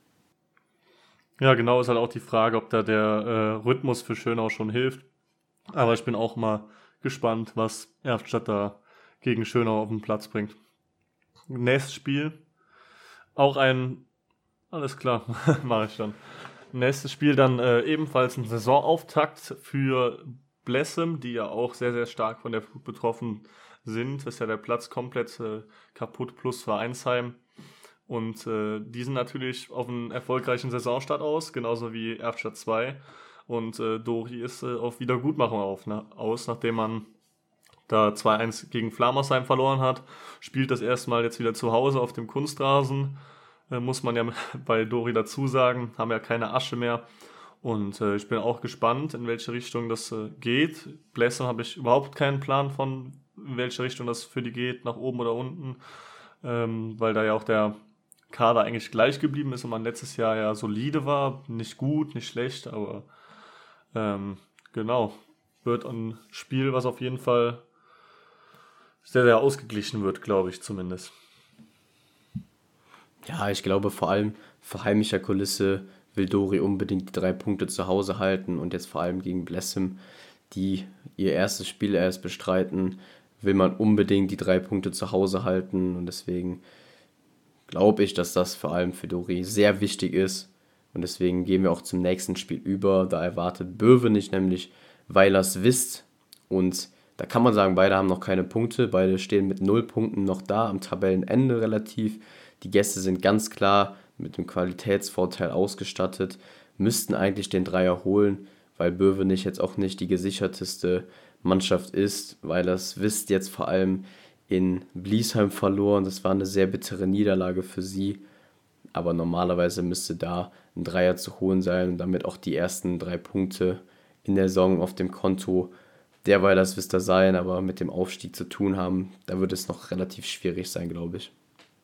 Ja, genau, ist halt auch die Frage, ob da der äh, Rhythmus für Schönau schon hilft. Aber ich bin auch mal gespannt, was Erftstadt da gegen Schönau auf den Platz bringt. Nächstes Spiel, auch ein, alles klar, mache ich dann. Nächstes Spiel dann äh, ebenfalls ein Saisonauftakt für Blessem, die ja auch sehr, sehr stark von der Flut betroffen sind. Ist ja der Platz komplett äh, kaputt plus Vereinsheim. Und äh, die sind natürlich auf einen erfolgreichen Saisonstart aus, genauso wie Erftstadt zwei. Und äh, Dori ist äh, auf Wiedergutmachung auf, na, aus, nachdem man da zwei eins gegen Flamersheim verloren hat. Spielt das erste Mal jetzt wieder zu Hause auf dem Kunstrasen. Äh, muss man ja bei Dori dazu sagen, haben ja keine Asche mehr. Und äh, ich bin auch gespannt, in welche Richtung das äh, geht. Blessem habe ich überhaupt keinen Plan von, in welche Richtung das für die geht, nach oben oder unten. Ähm, weil da ja auch der Kader eigentlich gleich geblieben ist und man letztes Jahr ja solide war. Nicht gut, nicht schlecht, aber ähm, genau. Wird ein Spiel, was auf jeden Fall sehr, sehr ausgeglichen wird, glaube ich zumindest. Ja, ich glaube vor allem vor heimischer Kulisse will Dori unbedingt die drei Punkte zu Hause halten und jetzt vor allem gegen Blessem, die ihr erstes Spiel erst bestreiten, will man unbedingt die drei Punkte zu Hause halten und deswegen glaube ich, dass das vor allem für Dori sehr wichtig ist und deswegen gehen wir auch zum nächsten Spiel über. Da erwartet Böwenich nämlich Weilerswist und da kann man sagen, beide haben noch keine Punkte, beide stehen mit null Punkten noch da am Tabellenende relativ. Die Gäste sind ganz klar mit dem Qualitätsvorteil ausgestattet, müssten eigentlich den Dreier holen, weil Böwenich jetzt auch nicht die gesicherteste Mannschaft ist, weil das Wist jetzt vor allem in Bliesheim verloren. Das war eine sehr bittere Niederlage für sie, aber normalerweise müsste da ein Dreier zu holen sein und damit auch die ersten drei Punkte in der Saison auf dem Konto der Weilerswister sein, aber mit dem Aufstieg zu tun haben, da wird es noch relativ schwierig sein, glaube ich.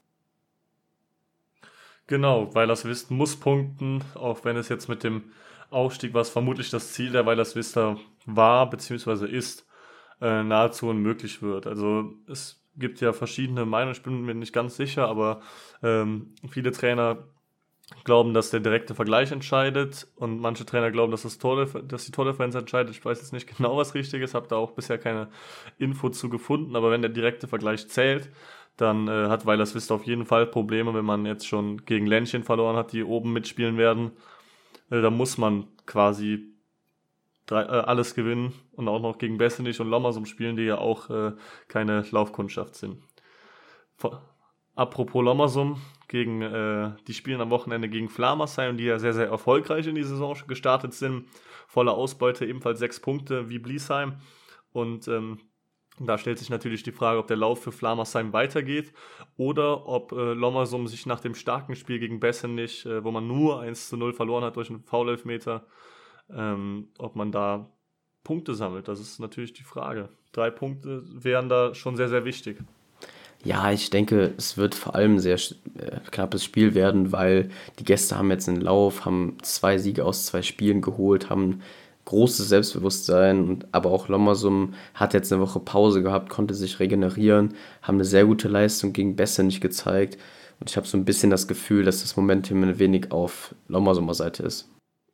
Genau, Weilerswist muss punkten, auch wenn es jetzt mit dem Aufstieg, was vermutlich das Ziel der Weilerswister war bzw. ist, äh, nahezu unmöglich wird. Also es gibt ja verschiedene Meinungen, ich bin mir nicht ganz sicher, aber ähm, viele Trainer glauben, dass der direkte Vergleich entscheidet und manche Trainer glauben, dass, das Tor, dass die Tordifferenz entscheidet. Ich weiß jetzt nicht genau, was richtig ist, habe da auch bisher keine Info zu gefunden, aber wenn der direkte Vergleich zählt, dann äh, hat Weilerswist auf jeden Fall Probleme, wenn man jetzt schon gegen Ländchen verloren hat, die oben mitspielen werden. Äh, da muss man quasi drei, äh, alles gewinnen und auch noch gegen Bessenich und Lommersum spielen, die ja auch äh, keine Laufkundschaft sind. Vor, apropos Lommersum, gegen, äh, die spielen am Wochenende gegen Flamersheim, die ja sehr, sehr erfolgreich in die Saison gestartet sind. Volle Ausbeute, ebenfalls sechs Punkte wie Bliesheim. Und ähm, da stellt sich natürlich die Frage, ob der Lauf für Flamersheim weitergeht oder ob äh, Lommersum sich nach dem starken Spiel gegen Bessenich, äh, wo man nur eins zu null verloren hat durch einen Foul-Elfmeter, ähm, ob man da Punkte sammelt. Das ist natürlich die Frage. Drei Punkte wären da schon sehr, sehr wichtig. Ja, ich denke, es wird vor allem ein sehr äh, knappes Spiel werden, weil die Gäste haben jetzt einen Lauf, haben zwei Siege aus zwei Spielen geholt, haben großes Selbstbewusstsein, und aber auch Lommersum hat jetzt eine Woche Pause gehabt, konnte sich regenerieren, haben eine sehr gute Leistung gegen Bessenich gezeigt und ich habe so ein bisschen das Gefühl, dass das Momentum ein wenig auf Lommersumer Seite ist.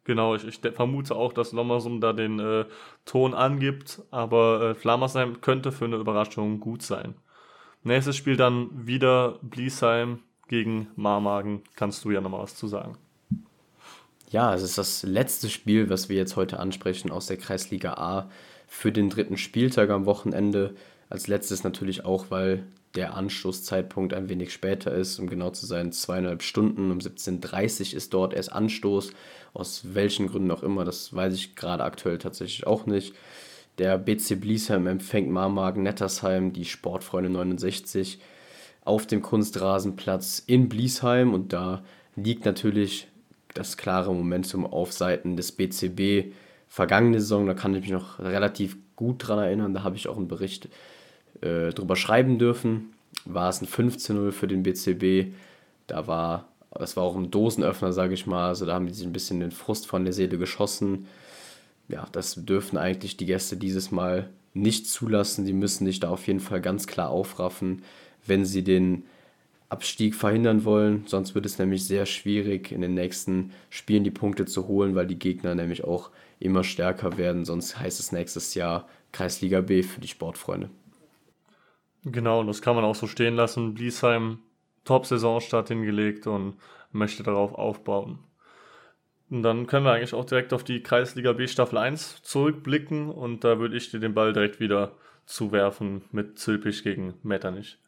Genau, ich, ich vermute auch, dass Lommersum da den äh, Ton angibt, aber äh, Flamersheim könnte für eine Überraschung gut sein. Nächstes Spiel dann wieder Bliesheim gegen Marmagen. Kannst du ja nochmal was zu sagen? Ja, es ist das letzte Spiel, was wir jetzt heute ansprechen aus der Kreisliga A für den dritten Spieltag am Wochenende. Als letztes natürlich auch, weil der Anstoßzeitpunkt ein wenig später ist, um genau zu sein, zweieinhalb Stunden. Um siebzehn Uhr dreißig ist dort erst Anstoß. Aus welchen Gründen auch immer, das weiß ich gerade aktuell tatsächlich auch nicht. Der B C Bliesheim empfängt Marmagen-Nettersheim, die Sportfreunde neunundsechzig, auf dem Kunstrasenplatz in Bliesheim. Und da liegt natürlich das klare Momentum auf Seiten des B C B. Vergangene Saison, da kann ich mich noch relativ gut dran erinnern, da habe ich auch einen Bericht äh, drüber schreiben dürfen. War es ein fünfzehn null für den B C B. Da war, das war auch ein Dosenöffner, sage ich mal. Also da haben die sich ein bisschen den Frust von der Seele geschossen. Ja, das dürfen eigentlich die Gäste dieses Mal nicht zulassen. Die müssen sich da auf jeden Fall ganz klar aufraffen, wenn sie den Abstieg verhindern wollen. Sonst wird es nämlich sehr schwierig, in den nächsten Spielen die Punkte zu holen, weil die Gegner nämlich auch immer stärker werden. Sonst heißt es nächstes Jahr Kreisliga B für die Sportfreunde. Genau, und das kann man auch so stehen lassen. Bliesheim, Top-Saisonstart hingelegt und möchte darauf aufbauen. Und dann können wir eigentlich auch direkt auf die Kreisliga B Staffel eins zurückblicken und da würde ich dir den Ball direkt wieder zuwerfen mit Zülpich gegen Metternich.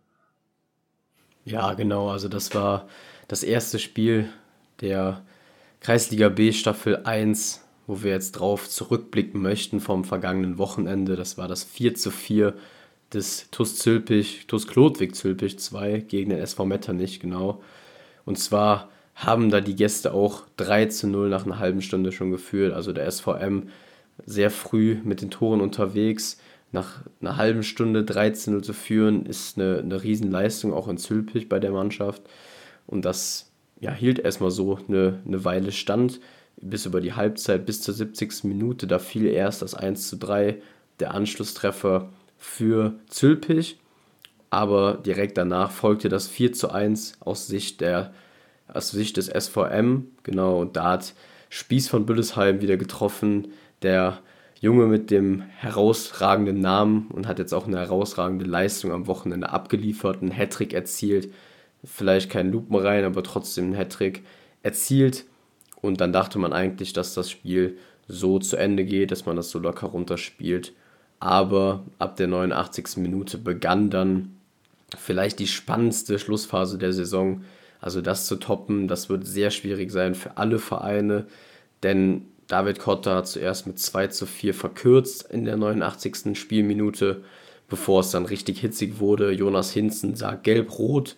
Ja, genau, also das war das erste Spiel der Kreisliga B Staffel eins, wo wir jetzt drauf zurückblicken möchten vom vergangenen Wochenende. Das war das vier zu vier des TuS Zülpich, TuS Chlodwig Zülpich zwei gegen den S V Metternich, genau. Und zwar haben da die Gäste auch drei zu null nach einer halben Stunde schon geführt. Also der S V M sehr früh mit den Toren unterwegs. Nach einer halben Stunde drei zu null zu führen, ist eine, eine Riesenleistung, auch in Zülpich bei der Mannschaft. Und das ja, hielt erstmal so eine, eine Weile stand, bis über die Halbzeit, bis zur siebzigsten Minute. Da fiel erst das eins zu drei, der Anschlusstreffer für Zülpich. Aber direkt danach folgte das vier zu eins aus Sicht, der, aus Sicht des S V M. Genau, und da hat Spieß von Büllesheim wieder getroffen, der Junge mit dem herausragenden Namen, und hat jetzt auch eine herausragende Leistung am Wochenende abgeliefert, einen Hattrick erzielt, vielleicht kein Lupenrein, aber trotzdem einen Hattrick erzielt. Und dann dachte man eigentlich, dass das Spiel so zu Ende geht, dass man das so locker runterspielt. Aber ab der neunundachtzigsten Minute begann dann vielleicht die spannendste Schlussphase der Saison. Also das zu toppen, das wird sehr schwierig sein für alle Vereine, denn David Kotter hat zuerst mit zwei zu vier verkürzt in der neunundachtzigsten Spielminute, bevor es dann richtig hitzig wurde. Jonas Hinzen sah gelb-rot,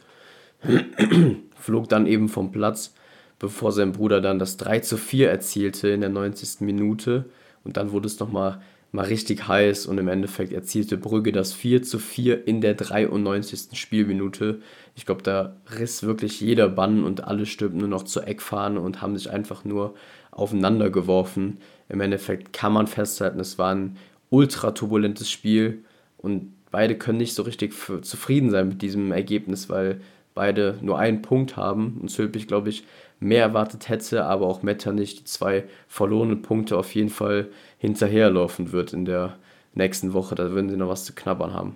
flog dann eben vom Platz, bevor sein Bruder dann das drei zu vier erzielte in der neunzigsten Minute. Und dann wurde es nochmal mal richtig heiß und im Endeffekt erzielte Brügge das vier zu vier in der dreiundneunzigsten Spielminute. Ich glaube, da riss wirklich jeder Bann und alle stürmten nur noch zur Eckfahne und haben sich einfach nur aufeinander geworfen. Im Endeffekt kann man festhalten, es war ein ultra turbulentes Spiel und beide können nicht so richtig f- zufrieden sein mit diesem Ergebnis, weil beide nur einen Punkt haben und Zülpich, glaube ich, mehr erwartet hätte, aber auch Metternich die zwei verlorenen Punkte auf jeden Fall hinterherlaufen wird in der nächsten Woche. Da würden sie noch was zu knabbern haben.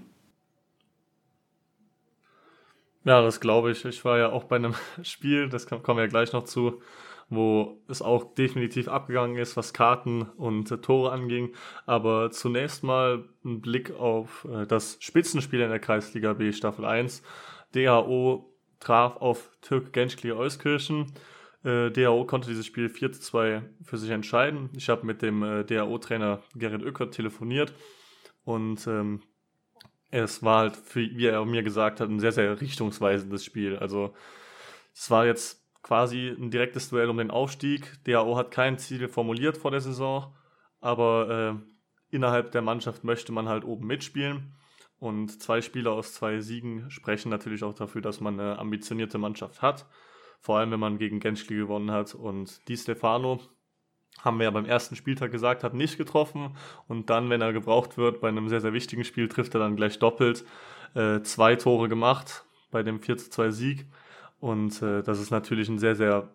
Ja, das glaube ich. Ich war ja auch bei einem Spiel, das kommen wir ja gleich noch zu, wo es auch definitiv abgegangen ist, was Karten und äh, Tore anging. Aber zunächst mal ein Blick auf äh, das Spitzenspiel in der Kreisliga B Staffel eins. D H O traf auf Türk Gençkli Euskirchen. Äh, D H O konnte dieses Spiel vier zu zwei für sich entscheiden. Ich habe mit dem äh, D H O-Trainer Gerrit Oeckert telefoniert und ähm, es war halt, für, wie er mir gesagt hat, ein sehr, sehr richtungsweisendes Spiel. Also es war jetzt quasi ein direktes Duell um den Aufstieg. D H O hat kein Ziel formuliert vor der Saison, aber äh, innerhalb der Mannschaft möchte man halt oben mitspielen. Und zwei Spiele aus zwei Siegen sprechen natürlich auch dafür, dass man eine ambitionierte Mannschaft hat. Vor allem, wenn man gegen Gençkli gewonnen hat. Und Di Stefano, haben wir ja beim ersten Spieltag gesagt, hat nicht getroffen. Und dann, wenn er gebraucht wird, bei einem sehr, sehr wichtigen Spiel, trifft er dann gleich doppelt. Äh, zwei Tore gemacht bei dem vier zu zwei Sieg. Und äh, das ist natürlich ein sehr, sehr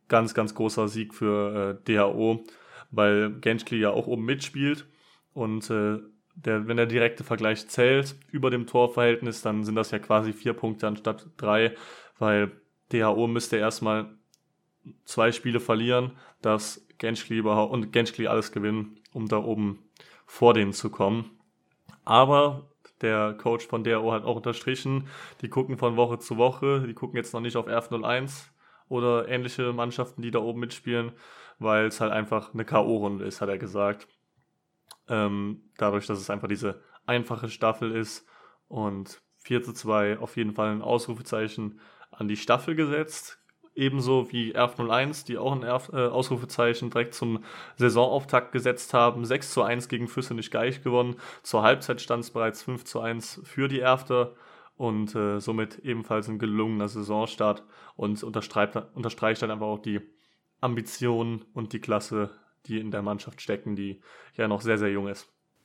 ganz, ganz großer Sieg für äh, D H O, weil Gençkli ja auch oben mitspielt und äh, der, wenn der direkte Vergleich zählt über dem Torverhältnis, dann sind das ja quasi vier Punkte anstatt drei, weil D H O müsste erstmal zwei Spiele verlieren, dass Gençkli überhaupt und Gençkli alles gewinnen, um da oben vor denen zu kommen. Aber der Coach von D H O hat auch unterstrichen, die gucken von Woche zu Woche, die gucken jetzt noch nicht auf R F null eins oder ähnliche Mannschaften, die da oben mitspielen, weil es halt einfach eine K O-Runde ist, hat er gesagt. Ähm, dadurch, dass es einfach diese einfache Staffel ist und vier zu zwei auf jeden Fall ein Ausrufezeichen an die Staffel gesetzt. Ebenso wie R F null eins, die auch ein Erf- äh, Ausrufezeichen direkt zum Saisonauftakt gesetzt haben. sechs zu eins gegen Füssen-Nicht-Geich gewonnen. Zur Halbzeit stand es bereits fünf zu eins für die Erfter und äh, somit ebenfalls ein gelungener Saisonstart und unterstreicht, unterstreicht dann einfach auch die Ambitionen und die Klasse, die in der Mannschaft stecken, die ja noch sehr, sehr jung ist.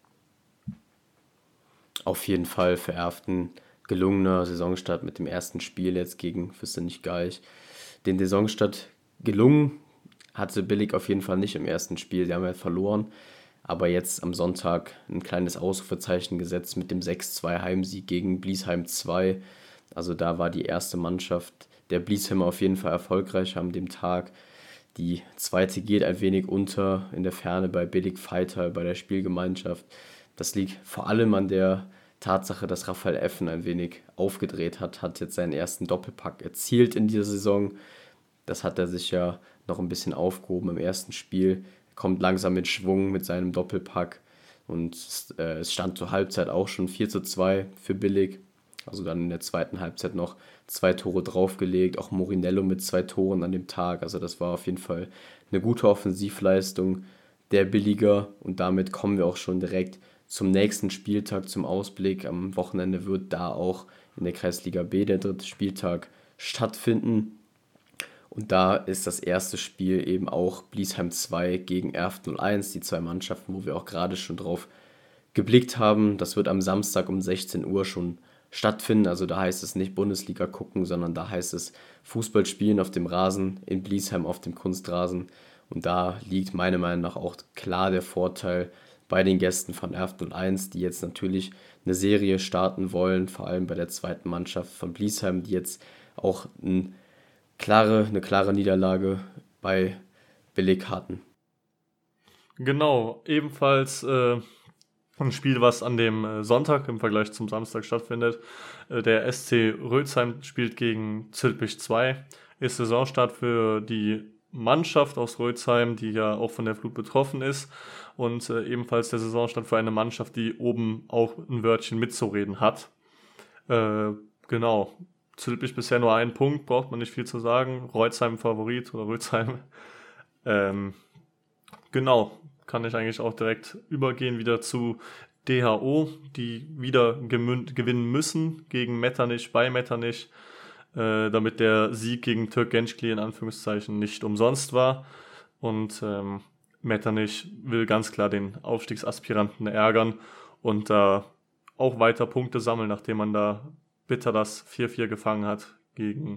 Auf jeden Fall für Erften gelungener Saisonstart mit dem ersten Spiel jetzt gegen Füssen-Nicht-Geich. Den Saisonstart gelungen hatte Billig auf jeden Fall nicht im ersten Spiel. Sie haben ja verloren, aber jetzt am Sonntag ein kleines Ausrufezeichen gesetzt mit dem sechs zu zwei Heimsieg gegen Bliesheim zwei. Also da war die erste Mannschaft der Bliesheimer auf jeden Fall erfolgreich an dem Tag. Die zweite geht ein wenig unter in der Ferne bei Billig Fighter, bei der Spielgemeinschaft. Das liegt vor allem an der Tatsache, dass Raphael Effen ein wenig aufgedreht hat, hat jetzt seinen ersten Doppelpack erzielt in dieser Saison. Das hat er sich ja noch ein bisschen aufgehoben im ersten Spiel. Er kommt langsam mit Schwung mit seinem Doppelpack und äh, es stand zur Halbzeit auch schon vier zu zwei für Billig. Also dann in der zweiten Halbzeit noch zwei Tore draufgelegt, auch Morinello mit zwei Toren an dem Tag. Also das war auf jeden Fall eine gute Offensivleistung der Billiger und damit kommen wir auch schon direkt zum nächsten Spieltag, zum Ausblick. Am Wochenende wird da auch in der Kreisliga B der dritte Spieltag stattfinden. Und da ist das erste Spiel eben auch Bliesheim zwei gegen Erft null eins, die zwei Mannschaften, wo wir auch gerade schon drauf geblickt haben. Das wird am Samstag um sechzehn Uhr schon stattfinden. Also da heißt es nicht Bundesliga gucken, sondern da heißt es Fußball spielen auf dem Rasen, in Bliesheim auf dem Kunstrasen. Und da liegt meiner Meinung nach auch klar der Vorteil bei den Gästen von Erft null eins, die jetzt natürlich eine Serie starten wollen, vor allem bei der zweiten Mannschaft von Bliesheim, die jetzt auch ein klare, eine klare Niederlage bei Billig hatten. Genau, ebenfalls äh, ein Spiel, was an dem äh, Sonntag im Vergleich zum Samstag stattfindet. Äh, der S C Rölsheim spielt gegen Zülpich zwei. Ist Saisonstart für die Mannschaft aus Rölsheim, die ja auch von der Flut betroffen ist. Und äh, ebenfalls der Saisonstart für eine Mannschaft, die oben auch ein Wörtchen mitzureden hat. Äh, genau. Zülpich bisher nur einen Punkt, braucht man nicht viel zu sagen. Rölsheim Favorit oder Rölsheim. Ähm, genau, kann ich eigentlich auch direkt übergehen wieder zu D H O, die wieder gemün- gewinnen müssen gegen Metternich, bei Metternich, äh, damit der Sieg gegen Türk Gençkli in Anführungszeichen nicht umsonst war. Und ähm, Metternich will ganz klar den Aufstiegsaspiranten ärgern und da äh, auch weiter Punkte sammeln, nachdem man da bitter das vier vier gefangen hat gegen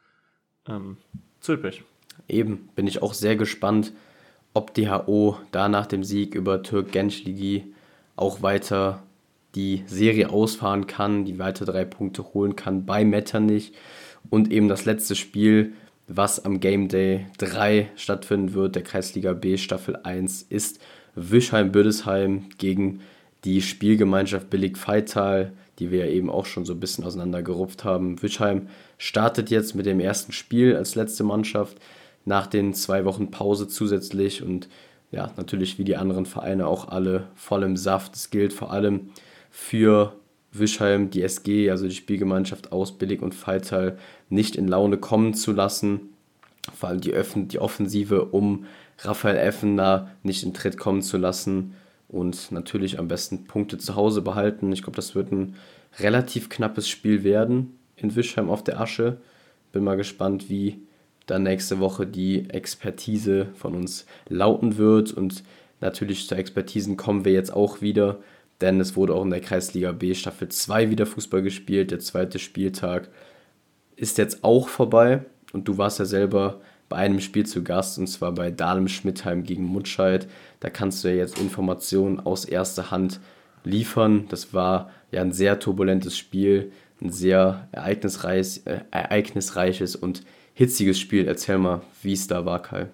ähm, Zülpich. Eben, bin ich auch sehr gespannt, ob D H O da nach dem Sieg über Türk Gençkli auch weiter die Serie ausfahren kann, die weiter drei Punkte holen kann bei Metternich. Und eben das letzte Spiel, was am Game Day drei stattfinden wird, der Kreisliga B Staffel eins, ist Wischheim-Büdesheim gegen die Spielgemeinschaft Billig-Feital, die wir ja eben auch schon so ein bisschen auseinandergerupft haben. Wischheim startet jetzt mit dem ersten Spiel als letzte Mannschaft nach den zwei Wochen Pause zusätzlich und ja, natürlich wie die anderen Vereine auch alle voll im Saft. Es gilt vor allem für Wischheim, die S G, also die Spielgemeinschaft aus Billig und Feital, nicht in Laune kommen zu lassen. Vor allem die, Öff- die Offensive, um Raphael Effen da nicht in Tritt kommen zu lassen und natürlich am besten Punkte zu Hause behalten. Ich glaube, das wird ein relativ knappes Spiel werden in Wischheim auf der Asche. Bin mal gespannt, wie dann nächste Woche die Expertise von uns lauten wird. Und natürlich zur Expertisen kommen wir jetzt auch wieder, denn es wurde auch in der Kreisliga B Staffel zwei wieder Fußball gespielt. Der zweite Spieltag ist jetzt auch vorbei und du warst ja selber bei einem Spiel zu Gast, und zwar bei Dahlem-Schmidtheim gegen Mutscheid. Da kannst du ja jetzt Informationen aus erster Hand liefern. Das war ja ein sehr turbulentes Spiel, ein sehr ereignisreich, äh, ereignisreiches und hitziges Spiel. Erzähl mal, wie es da war, Kai.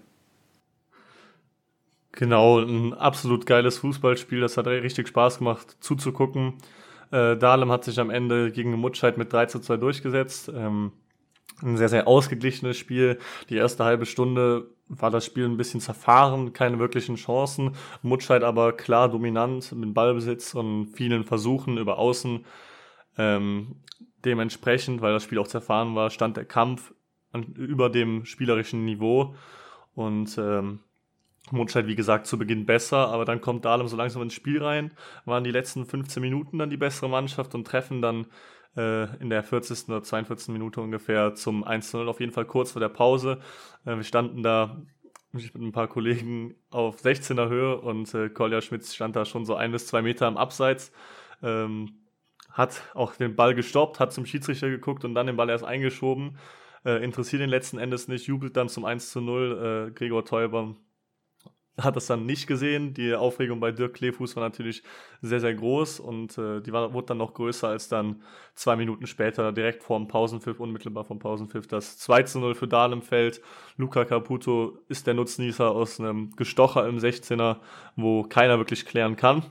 Genau, ein absolut geiles Fußballspiel. Das hat richtig Spaß gemacht zuzugucken. Äh, Dahlem hat sich am Ende gegen Mutscheid mit drei zu zwei durchgesetzt. Ähm, ein sehr, sehr ausgeglichenes Spiel. Die erste halbe Stunde war das Spiel ein bisschen zerfahren, keine wirklichen Chancen. Mutscheid aber klar dominant mit Ballbesitz und vielen Versuchen über Außen. Ähm, dementsprechend, weil das Spiel auch zerfahren war, stand der Kampf an, über dem spielerischen Niveau. Und ähm, Mutscheid, wie gesagt, zu Beginn besser, aber dann kommt Dahlem so langsam ins Spiel rein, waren die letzten fünfzehn Minuten dann die bessere Mannschaft und treffen dann äh, in der vierzigsten oder zweiundvierzigsten Minute ungefähr zum eins zu null, auf jeden Fall kurz vor der Pause. Äh, wir standen da mit ein paar Kollegen auf sechzehner Höhe und äh, Kolja Schmitz stand da schon so ein bis zwei Meter im Abseits, ähm, hat auch den Ball gestoppt, hat zum Schiedsrichter geguckt und dann den Ball erst eingeschoben, äh, interessiert ihn letzten Endes nicht, jubelt dann zum eins zu null, äh, Gregor Teuber hat das dann nicht gesehen. Die Aufregung bei Dirk Kleefuß war natürlich sehr, sehr groß und äh, die war, wurde dann noch größer, als dann zwei Minuten später direkt vor dem Pausenpfiff, unmittelbar vom Pausenpfiff, das zwei zu null für Dahlem fällt. Luca Caputo ist der Nutznießer aus einem Gestocher im sechzehner, wo keiner wirklich klären kann.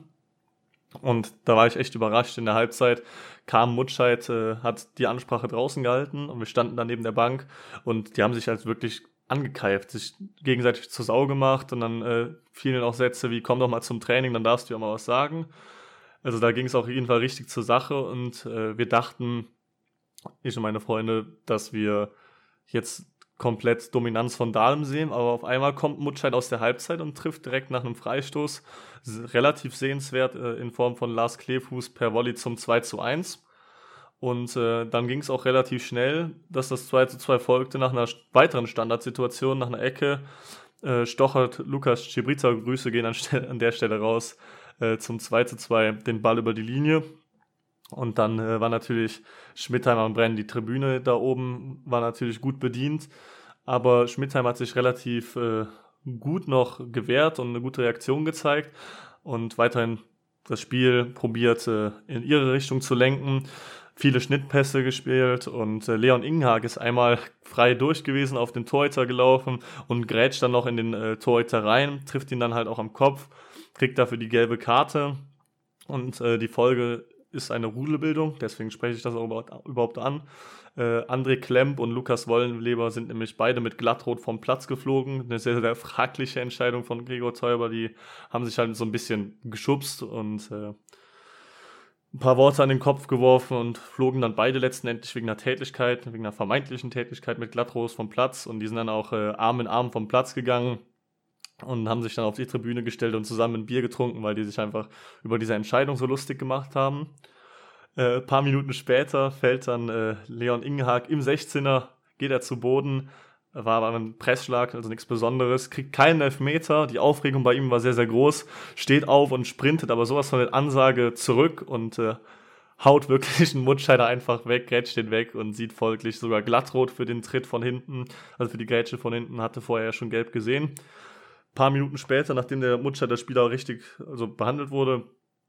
Und da war ich echt überrascht. In der Halbzeit kam Mutscheid, äh, hat die Ansprache draußen gehalten und wir standen da neben der Bank und die haben sich halt wirklich angekeift, sich gegenseitig zur Sau gemacht und dann äh, fielen auch Sätze wie komm doch mal zum Training, dann darfst du ja mal was sagen. Also da ging es auch auf jeden Fall richtig zur Sache und äh, wir dachten, ich und meine Freunde, dass wir jetzt komplett Dominanz von Dahlem sehen, aber auf einmal kommt Mutscheid aus der Halbzeit und trifft direkt nach einem Freistoß, relativ sehenswert äh, in Form von Lars Kleefuß per Volley zum zwei zu eins. Und äh, dann ging es auch relativ schnell, dass das zwei zu zwei folgte nach einer weiteren Standardsituation, nach einer Ecke. Äh, stochert Lukas Cibrita, Grüße gehen an, an der Stelle raus, äh, zum zwei zu zwei den Ball über die Linie. Und dann äh, war natürlich Schmidtheim am Brennen. Die Tribüne da oben war natürlich gut bedient, aber Schmidtheim hat sich relativ äh, gut noch gewehrt und eine gute Reaktion gezeigt und weiterhin das Spiel probiert äh, in ihre Richtung zu lenken. Viele Schnittpässe gespielt und äh, Leon Ingenhag ist einmal frei durch gewesen, auf den Torhüter gelaufen und grätscht dann noch in den äh, Torhüter rein, trifft ihn dann halt auch am Kopf, kriegt dafür die gelbe Karte und äh, die Folge ist eine Rudelbildung, deswegen spreche ich das auch überhaupt, überhaupt an. Äh, André Klemp und Lukas Wollenleber sind nämlich beide mit Glattrot vom Platz geflogen. Eine sehr, sehr fragliche Entscheidung von Gregor Teuber, die haben sich halt so ein bisschen geschubst und äh, ein paar Worte an den Kopf geworfen und flogen dann beide letztendlich wegen einer Tätlichkeit, wegen einer vermeintlichen Tätlichkeit mit Glattrot vom Platz und die sind dann auch äh, Arm in Arm vom Platz gegangen und haben sich dann auf die Tribüne gestellt und zusammen ein Bier getrunken, weil die sich einfach über diese Entscheidung so lustig gemacht haben. Äh, ein paar Minuten später fällt dann äh, Leon Ingenhag im sechzehner, geht er zu Boden, war aber ein Pressschlag, also nichts Besonderes, kriegt keinen Elfmeter, die Aufregung bei ihm war sehr, sehr groß, steht auf und sprintet aber sowas von der Ansage zurück und äh, haut wirklich einen Mutscheider einfach weg, grätscht den weg und sieht folglich sogar Glattrot für den Tritt von hinten, also für die Grätsche von hinten, hatte vorher ja schon gelb gesehen. Ein paar Minuten später, nachdem der Mutscheider Spieler richtig also behandelt wurde,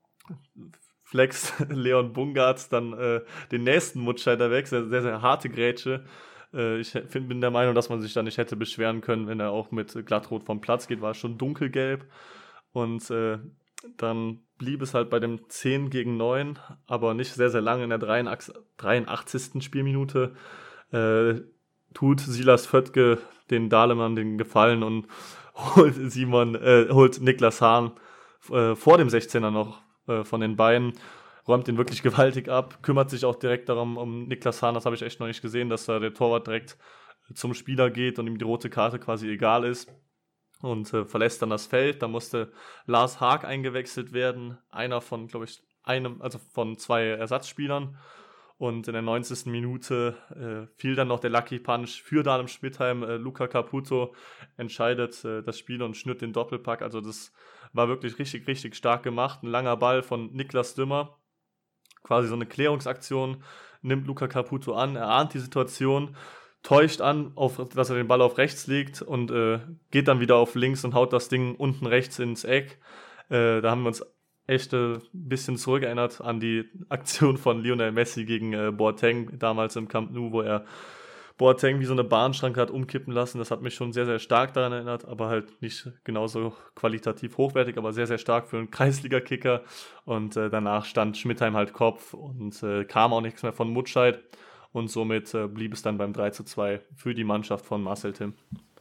flex Leon Bungart dann äh, den nächsten Mutscheider weg, sehr, sehr, sehr harte Grätsche. Ich find, bin der Meinung, dass man sich da nicht hätte beschweren können, wenn er auch mit Glattrot vom Platz geht, war schon dunkelgelb. Und äh, dann blieb es halt bei dem zehn gegen neun, aber nicht sehr, sehr lange in der dreiundachtzigsten Spielminute. Äh, tut Silas Föttke den Dahlemann den Gefallen und holt Simon, äh, holt Niklas Hahn äh, vor dem sechzehner noch äh, von den Beinen. Räumt den wirklich gewaltig ab, kümmert sich auch direkt darum um Niklas Hahn, das habe ich echt noch nicht gesehen, dass da der Torwart direkt zum Spieler geht und ihm die rote Karte quasi egal ist und äh, verlässt dann das Feld. Da musste Lars Haag eingewechselt werden, einer von, glaube ich, einem, also von zwei Ersatzspielern und in der neunzigsten Minute äh, fiel dann noch der Lucky Punch für Dahlem-Schmidtheim. Äh, Luca Caputo entscheidet äh, das Spiel und schnürt den Doppelpack, also das war wirklich richtig, richtig stark gemacht. Ein langer Ball von Niklas Dümmer. Quasi so eine Klärungsaktion, nimmt Luca Caputo an, er ahnt die Situation, täuscht an, auf, dass er den Ball auf rechts legt und äh, geht dann wieder auf links und haut das Ding unten rechts ins Eck. Äh, da haben wir uns echt ein äh, bisschen zurückerinnert an die Aktion von Lionel Messi gegen äh, Boateng damals im Camp Nou, wo er Boateng wie so eine Bahnschranke hat umkippen lassen. Das hat mich schon sehr, sehr stark daran erinnert, aber halt nicht genauso qualitativ hochwertig, aber sehr, sehr stark für einen Kreisliga-Kicker. Und äh, danach stand Schmidheim halt Kopf und äh, kam auch nichts mehr von Mutscheid. Und somit äh, blieb es dann beim drei zu zwei für die Mannschaft von Marcel Timm.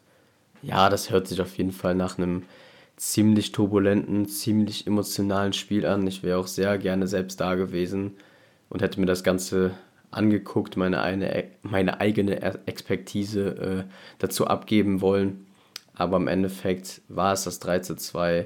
Ja, das hört sich auf jeden Fall nach einem ziemlich turbulenten, ziemlich emotionalen Spiel an. Ich wäre auch sehr gerne selbst da gewesen und hätte mir das Ganze angeguckt, meine, eine, meine eigene Expertise äh, dazu abgeben wollen. Aber im Endeffekt war es das drei zu zwei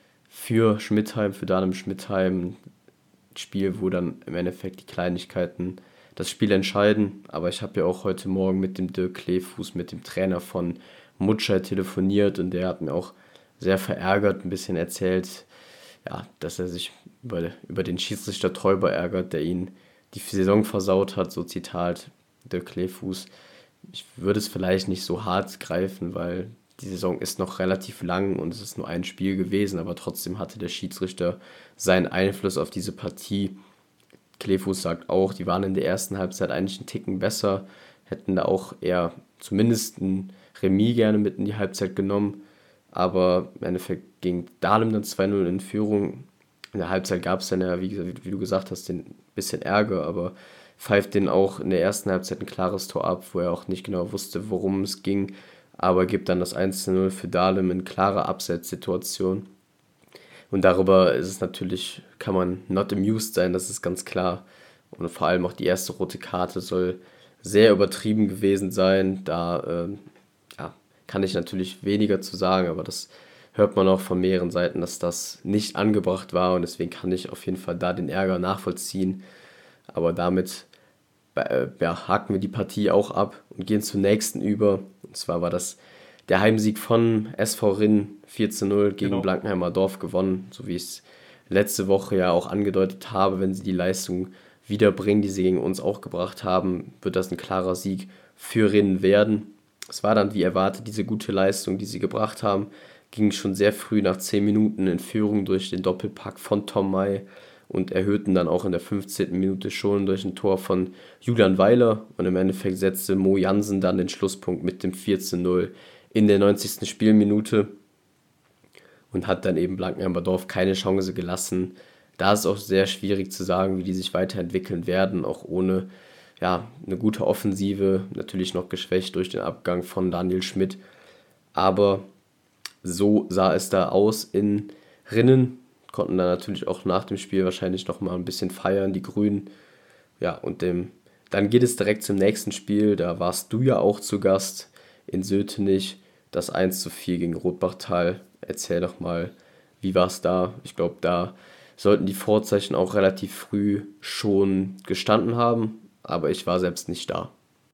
für Schmidheim, für Dahlem Schmidheim. Ein Spiel, wo dann im Endeffekt die Kleinigkeiten das Spiel entscheiden. Aber ich habe ja auch heute Morgen mit dem Dirk Kleefuß, mit dem Trainer von Mutscheid telefoniert und der hat mir auch sehr verärgert, ein bisschen erzählt, ja, dass er sich über, über den Schiedsrichter Teuber ärgert, der ihn die Saison versaut hat, so Zitat Dirk Kleefuß. Ich würde es vielleicht nicht so hart greifen, weil die Saison ist noch relativ lang und es ist nur ein Spiel gewesen, aber trotzdem hatte der Schiedsrichter seinen Einfluss auf diese Partie. Kleefuß sagt auch, die waren in der ersten Halbzeit eigentlich einen Ticken besser, hätten da auch eher zumindest ein Remis gerne mit in die Halbzeit genommen, aber im Endeffekt ging Dahlem dann zwei null in Führung. In der Halbzeit gab es dann ja, wie, gesagt, wie du gesagt hast, ein bisschen Ärger, aber pfeift den auch in der ersten Halbzeit ein klares Tor ab, wo er auch nicht genau wusste, worum es ging, aber gibt dann das eins zu null für Dahlem in klarer Abseitssituation. Und darüber ist es natürlich, kann man not amused sein, das ist ganz klar. Und vor allem auch die erste rote Karte soll sehr übertrieben gewesen sein. Da äh, ja, kann ich natürlich weniger zu sagen, aber das hört man auch von mehreren Seiten, dass das nicht angebracht war. Und deswegen kann ich auf jeden Fall da den Ärger nachvollziehen. Aber damit äh, ja, haken wir die Partie auch ab und gehen zum nächsten über. Und zwar war das der Heimsieg von S V Rinn, vier zu null gegen genau. Blankenheimer Dorf gewonnen, so wie ich es letzte Woche ja auch angedeutet habe. Wenn sie die Leistung wiederbringen, die sie gegen uns auch gebracht haben, wird das ein klarer Sieg für Rinn werden. Es war dann wie erwartet diese gute Leistung, die sie gebracht haben, ging schon sehr früh nach zehn Minuten in Führung durch den Doppelpack von Tom May und erhöhten dann auch in der fünfzehnten Minute schon durch ein Tor von Julian Weiler und im Endeffekt setzte Mo Jansen dann den Schlusspunkt mit dem vier zu null in der neunzigsten Spielminute und hat dann eben Blankenheimer Dorf keine Chance gelassen. Da ist es auch sehr schwierig zu sagen, wie die sich weiterentwickeln werden, auch ohne ja, eine gute Offensive, natürlich noch geschwächt durch den Abgang von Daniel Schmidt. Aber so sah es da aus in Rinnen, konnten dann natürlich auch nach dem Spiel wahrscheinlich noch mal ein bisschen feiern, die Grünen. Ja, und dem, dann geht es direkt zum nächsten Spiel, da warst du ja auch zu Gast in Sötenich, das eins zu vier gegen Rotbachtal. Erzähl doch mal, wie war es da? Ich glaube, da sollten die Vorzeichen auch relativ früh schon gestanden haben, aber ich war selbst nicht da.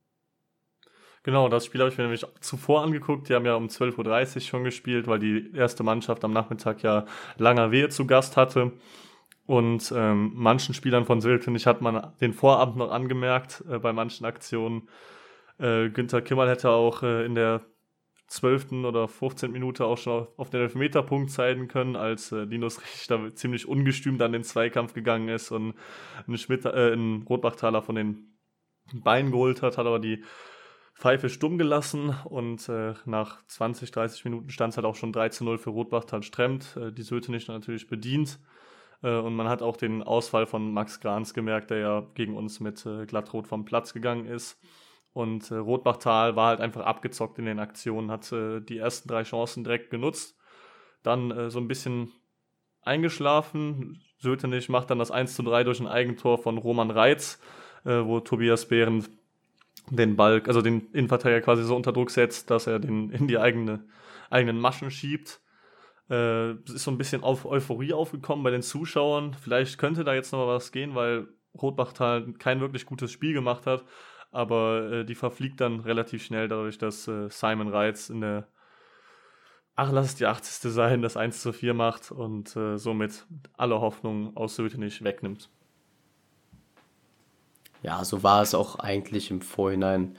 Genau, das Spiel habe ich mir nämlich zuvor angeguckt. Die haben ja um zwölf Uhr dreißig schon gespielt, weil die erste Mannschaft am Nachmittag ja Langerwehe zu Gast hatte. Und ähm, manchen Spielern von Sötenich hat man den Vorabend noch angemerkt, äh, bei manchen Aktionen. Äh, Günther Kimmel hätte auch äh, in der zwölften oder fünfzehnten Minute auch schon auf den Elfmeterpunkt zeigen können, als äh, Linus Richter ziemlich ungestüm dann in den Zweikampf gegangen ist und einen, Schmidt, äh, einen Rotbachtaler von den Beinen geholt hat, hat aber die Pfeife stumm gelassen und äh, nach zwanzig, dreißig Minuten stand es halt auch schon drei zu null für Rotbachtal Stremmt, äh, die Sötenich natürlich bedient. Äh, und man hat auch den Ausfall von Max Grans gemerkt, der ja gegen uns mit äh, glattrot vom Platz gegangen ist. Und äh, Rotbachtal war halt einfach abgezockt in den Aktionen, hat äh, die ersten drei Chancen direkt genutzt, dann äh, so ein bisschen eingeschlafen. Sötenich macht dann das eins zu drei durch ein Eigentor von Roman Reitz, äh, wo Tobias Behrendt den Ball, also den Innenverteidiger quasi so unter Druck setzt, dass er den in die eigene, eigenen Maschen schiebt. Äh, es ist so ein bisschen auf Euphorie aufgekommen bei den Zuschauern. Vielleicht könnte da jetzt noch mal was gehen, weil Rotbachtal kein wirklich gutes Spiel gemacht hat. Aber äh, die verfliegt dann relativ schnell dadurch, dass äh, Simon Reitz in der, ach lass es die achtzigste sein, das eins zu vier macht und äh, somit alle Hoffnung aus Sötenich wegnimmt. Ja, so war es auch eigentlich im Vorhinein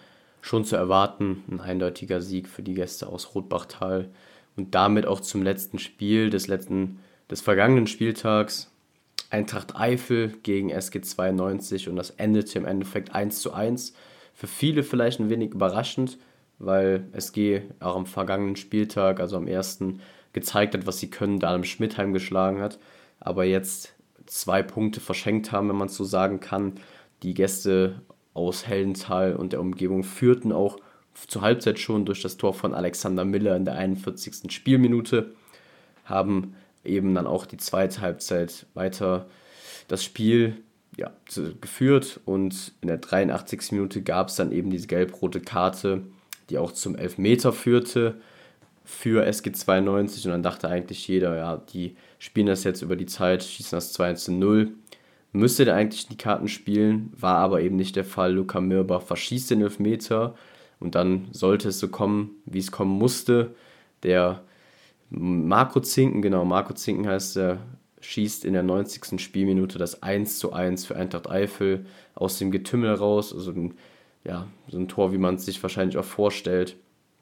schon zu erwarten. Ein eindeutiger Sieg für die Gäste aus Rotbachtal und damit auch zum letzten Spiel des letzten des vergangenen Spieltags. Eintracht Eifel gegen S G zweiundneunzig und das endete im Endeffekt eins zu eins. Für viele vielleicht ein wenig überraschend, weil S G auch am vergangenen Spieltag, also am ersten, gezeigt hat, was sie können, da im Schmidheim geschlagen hat, aber jetzt zwei Punkte verschenkt haben, wenn man es so sagen kann. Die Gäste aus Hellenthal und der Umgebung führten auch zur Halbzeit schon durch das Tor von Alexander Miller in der einundvierzigsten Spielminute, haben eben dann auch die zweite Halbzeit weiter das Spiel ja, geführt und in der dreiundachtzigsten Minute gab es dann eben diese gelb-rote Karte, die auch zum Elfmeter führte für S G zweiundneunzig und dann dachte eigentlich jeder, ja, die spielen das jetzt über die Zeit, schießen das zwei zu null. Müsste der eigentlich die Karten spielen, war aber eben nicht der Fall. Luca Mirber verschießt den Elfmeter und dann sollte es so kommen, wie es kommen musste. Der Marco Zinken, genau, Marco Zinken heißt er, schießt in der neunzigsten Spielminute das eins zu eins für Eintracht Eifel aus dem Getümmel raus. Also ein, ja, so ein Tor, wie man es sich wahrscheinlich auch vorstellt.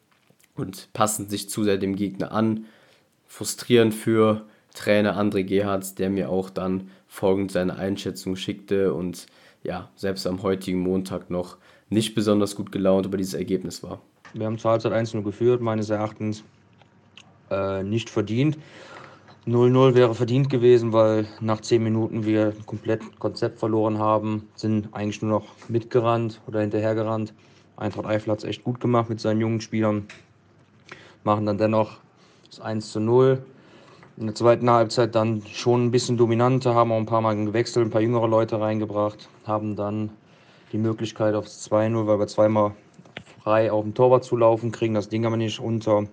Und passen sich zu sehr dem Gegner an. Frustrierend für Trainer André Gerhardt, der mir auch dann folgend seine Einschätzung schickte und ja, selbst am heutigen Montag noch nicht besonders gut gelaunt über dieses Ergebnis war. Wir haben zur Halbzeit eins zu null geführt, meines Erachtens äh, nicht verdient. null null wäre verdient gewesen, weil nach zehn Minuten wir komplett Konzept verloren haben, sind eigentlich nur noch mitgerannt oder hinterhergerannt. Eintracht Eifel hat es echt gut gemacht mit seinen jungen Spielern, machen dann dennoch das eins zu null. In der zweiten Halbzeit dann schon ein bisschen dominanter, haben auch ein paar Mal gewechselt, ein paar jüngere Leute reingebracht, haben dann die Möglichkeit aufs zwei null, weil wir zweimal frei auf den Torwart zulaufen, kriegen das Ding aber nicht unter.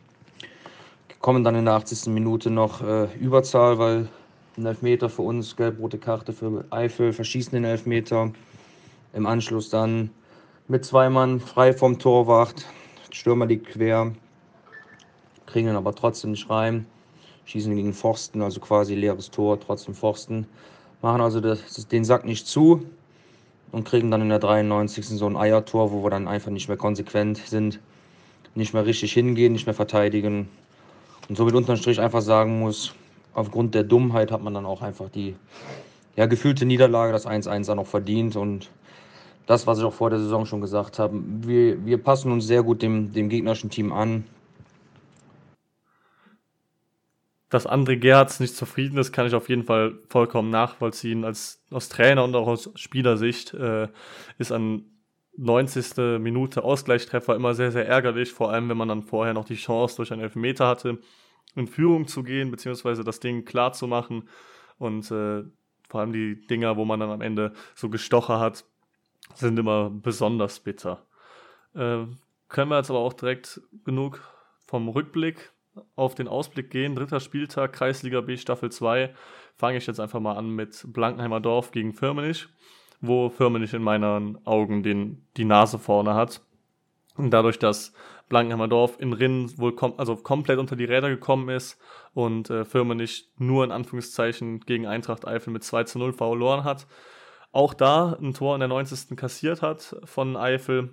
Kommen dann in der achtzigsten Minute noch äh, Überzahl, weil ein Elfmeter für uns, gelb-rote Karte für Eifel, verschießen den Elfmeter. Im Anschluss dann mit zwei Mann frei vom Torwart, Stürmer liegt quer, kriegen ihn aber trotzdem nicht rein, schießen gegen Pfosten, also quasi leeres Tor, trotzdem Pfosten, machen also das, den Sack nicht zu und kriegen dann in der dreiundneunzigsten so ein Eiertor, wo wir dann einfach nicht mehr konsequent sind, nicht mehr richtig hingehen, nicht mehr verteidigen. Und somit unterm Strich einfach sagen muss, aufgrund der Dummheit hat man dann auch einfach die ja, gefühlte Niederlage, das eins eins dann auch verdient. Und das, was ich auch vor der Saison schon gesagt habe, wir, wir passen uns sehr gut dem, dem gegnerischen Team an. Dass André Gerhardt nicht zufrieden ist, kann ich auf jeden Fall vollkommen nachvollziehen. Als, aus Trainer und auch aus Spielersicht äh, ist an neunzigsten Minute Ausgleichstreffer immer sehr, sehr ärgerlich, vor allem wenn man dann vorher noch die Chance durch einen Elfmeter hatte, in Führung zu gehen, beziehungsweise das Ding klar zu machen und äh, vor allem die Dinger, wo man dann am Ende so gestochen hat, sind immer besonders bitter. Äh, können wir jetzt aber auch direkt genug vom Rückblick auf den Ausblick gehen. Dritter Spieltag, Kreisliga B, Staffel zwei. Fange ich jetzt einfach mal an mit Blankenheimer Dorf gegen Firmenich, wo Firmenich in meinen Augen den, die Nase vorne hat. Und dadurch, dass Blankenheimer Dorf in Rinnen wohl kom- also komplett unter die Räder gekommen ist und äh, Firmenich nur in Anführungszeichen gegen Eintracht Eifel mit zwei zu null verloren hat, auch da ein Tor in der neunzigsten kassiert hat von Eifel.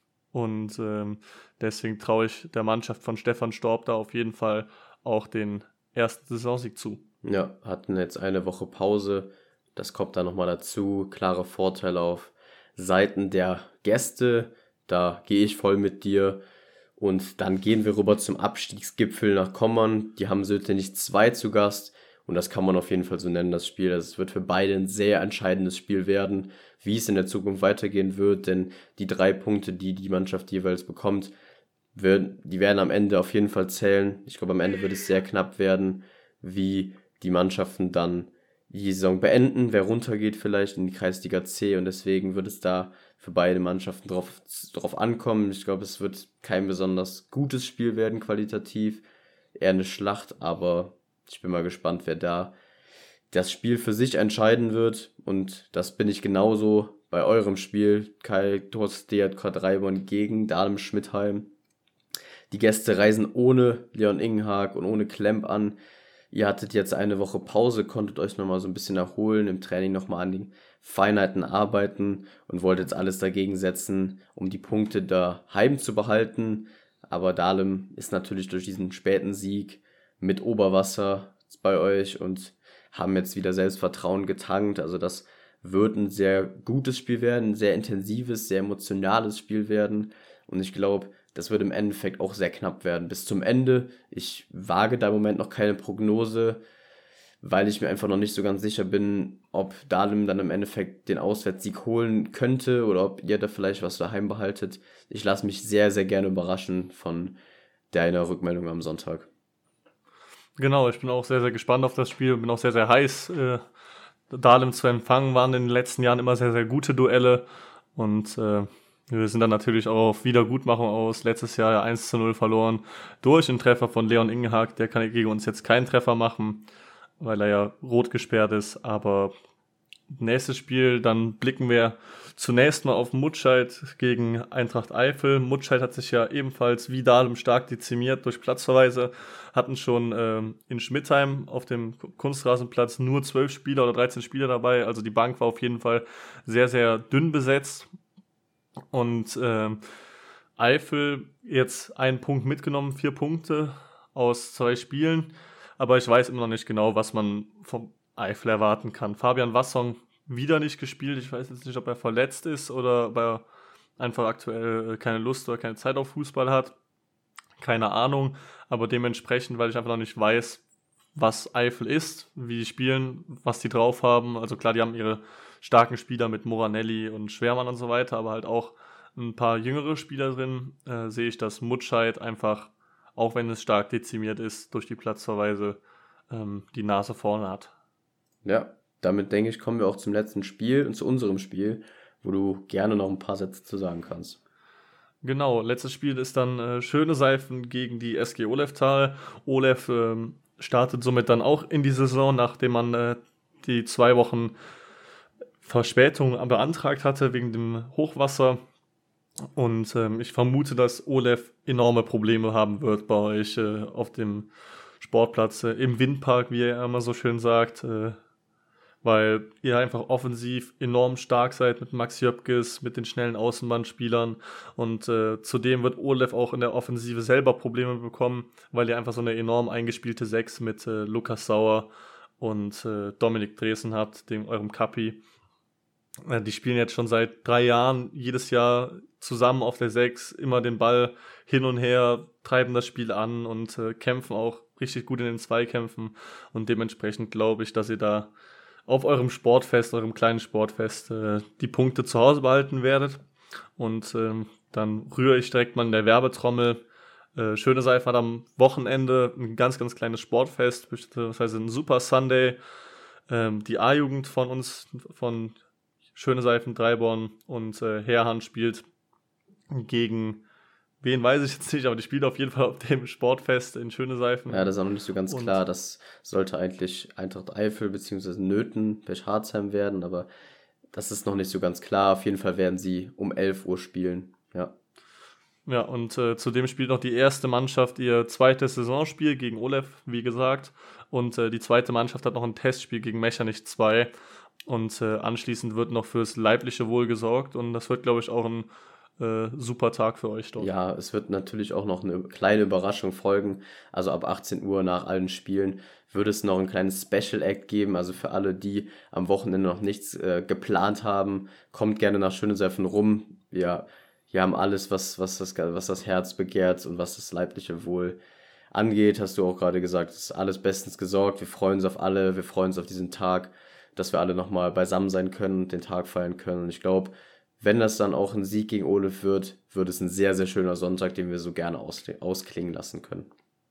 Und ähm, deswegen traue ich der Mannschaft von Stefan Storb da auf jeden Fall auch den ersten Saisonsieg zu. Ja, hatten jetzt eine Woche Pause. Das kommt dann nochmal dazu. Klare Vorteile auf Seiten der Gäste. Da gehe ich voll mit dir. Und dann gehen wir rüber zum Abstiegsgipfel nach Kommern. Die haben Sötenich zwei zu Gast. Und das kann man auf jeden Fall so nennen, das Spiel. Es wird für beide ein sehr entscheidendes Spiel werden, wie es in der Zukunft weitergehen wird. Denn die drei Punkte, die die Mannschaft jeweils bekommt, wird, die werden am Ende auf jeden Fall zählen. Ich glaube, am Ende wird es sehr knapp werden, wie die Mannschaften dann die Saison beenden. Wer runtergeht vielleicht in die Kreisliga C. Und deswegen wird es da für beide Mannschaften drauf, drauf ankommen. Ich glaube, es wird kein besonders gutes Spiel werden, qualitativ. Eher eine Schlacht, aber ich bin mal gespannt, wer da das Spiel für sich entscheiden wird. Und das bin ich genauso bei eurem Spiel. Kai Torst D J K Dreibon gegen Dahlem Schmidheim. Die Gäste reisen ohne Leon Ingenhag und ohne Klemp an. Ihr hattet jetzt eine Woche Pause, konntet euch nochmal so ein bisschen erholen, im Training nochmal an die Feinheiten arbeiten und wollte jetzt alles dagegen setzen, um die Punkte daheim zu behalten. Aber Dahlem ist natürlich durch diesen späten Sieg mit Oberwasser bei euch und haben jetzt wieder Selbstvertrauen getankt. Also das wird ein sehr gutes Spiel werden, ein sehr intensives, sehr emotionales Spiel werden. Und ich glaube, das wird im Endeffekt auch sehr knapp werden. Bis zum Ende. Ich wage da im Moment noch keine Prognose, weil ich mir einfach noch nicht so ganz sicher bin, ob Dahlem dann im Endeffekt den Auswärtssieg holen könnte oder ob ihr da vielleicht was daheim behaltet. Ich lasse mich sehr, sehr gerne überraschen von deiner Rückmeldung am Sonntag. Genau, ich bin auch sehr, sehr gespannt auf das Spiel und bin auch sehr, sehr heiß. Äh, Dahlem zu empfangen waren in den letzten Jahren immer sehr, sehr gute Duelle und äh, wir sind dann natürlich auch auf Wiedergutmachung aus. Letztes Jahr ja eins zu null verloren durch einen Treffer von Leon Ingenhag. Der kann gegen uns jetzt keinen Treffer machen, weil er ja rot gesperrt ist. Aber nächstes Spiel, dann blicken wir zunächst mal auf Mutscheid gegen Eintracht Eifel. Mutscheid hat sich ja ebenfalls wie Dahlem stark dezimiert durch Platzverweise. Hatten schon ähm, in Schmidtheim auf dem Kunstrasenplatz nur zwölf Spieler oder dreizehn Spieler dabei. Also die Bank war auf jeden Fall sehr, sehr dünn besetzt. Und ähm, Eifel jetzt einen Punkt mitgenommen, vier Punkte aus zwei Spielen. Aber ich weiß immer noch nicht genau, was man vom Eifel erwarten kann. Fabian Wassong wieder nicht gespielt. Ich weiß jetzt nicht, ob er verletzt ist oder ob er einfach aktuell keine Lust oder keine Zeit auf Fußball hat. Keine Ahnung. Aber dementsprechend, weil ich einfach noch nicht weiß, was Eifel ist, wie die spielen, was die drauf haben. Also klar, die haben ihre starken Spieler mit Moranelli und Schwermann und so weiter, aber halt auch ein paar jüngere Spieler drin. Äh, sehe ich, dass Mutscheid einfach, auch wenn es stark dezimiert ist, durch die Platzverweise ähm, die Nase vorne hat. Ja, damit denke ich, kommen wir auch zum letzten Spiel und zu unserem Spiel, wo du gerne noch ein paar Sätze zu sagen kannst. Genau, letztes Spiel ist dann äh, Schöne Seifen gegen die S G Oleftal. Olef ähm, startet somit dann auch in die Saison, nachdem man äh, die zwei Wochen Verspätung beantragt hatte wegen dem Hochwasser. Und ähm, ich vermute, dass Olef enorme Probleme haben wird bei euch äh, auf dem Sportplatz, äh, im Windpark, wie er immer so schön sagt, äh, weil ihr einfach offensiv enorm stark seid mit Max Jöpkes, mit den schnellen Außenbahnspielern und äh, zudem wird Olef auch in der Offensive selber Probleme bekommen, weil ihr einfach so eine enorm eingespielte Sechs mit äh, Lukas Sauer und äh, Dominik Dresen habt, dem eurem Kapi. Äh, die spielen jetzt schon seit drei Jahren jedes Jahr zusammen auf der Sechs, immer den Ball hin und her, treiben das Spiel an und äh, kämpfen auch richtig gut in den Zweikämpfen und dementsprechend glaube ich, dass ihr da auf eurem Sportfest, eurem kleinen Sportfest, äh, die Punkte zu Hause behalten werdet. Und ähm, dann rühre ich direkt mal in der Werbetrommel. Äh, Schöne Seifen hat am Wochenende ein ganz, ganz kleines Sportfest, das heißt ein Super Sunday. Ähm, die A-Jugend von uns, von Schöne Seifen Dreiborn und äh, Herrhand spielt gegen, wen weiß ich jetzt nicht, aber die spielt auf jeden Fall auf dem Sportfest in Schöne Seifen. Ja, das ist auch noch nicht so ganz und klar. Das sollte eigentlich Eintracht Eifel bzw. Nöten Besch-Harzheim werden, aber das ist noch nicht so ganz klar. Auf jeden Fall werden sie um elf Uhr spielen. Ja, Ja, und äh, zudem spielt noch die erste Mannschaft ihr zweites Saisonspiel gegen Olef, wie gesagt. Und äh, die zweite Mannschaft hat noch ein Testspiel gegen Mechernich zwei. Und äh, anschließend wird noch fürs leibliche Wohl gesorgt. Und das wird, glaube ich, auch ein äh, super Tag für euch dort. Ja, es wird natürlich auch noch eine kleine Überraschung folgen. Also ab achtzehn Uhr nach allen Spielen wird es noch ein kleines Special Act geben. Also für alle, die am Wochenende noch nichts äh, geplant haben, kommt gerne nach Schöne Seifen rum. Ja, wir haben alles, was, was, das, was das Herz begehrt und was das leibliche Wohl angeht. Hast du auch gerade gesagt, es ist alles bestens gesorgt. Wir freuen uns auf alle, wir freuen uns auf diesen Tag, dass wir alle nochmal beisammen sein können und den Tag feiern können. Und ich glaube, wenn das dann auch ein Sieg gegen Olef wird, wird es ein sehr, sehr schöner Sonntag, den wir so gerne auskling- ausklingen lassen können.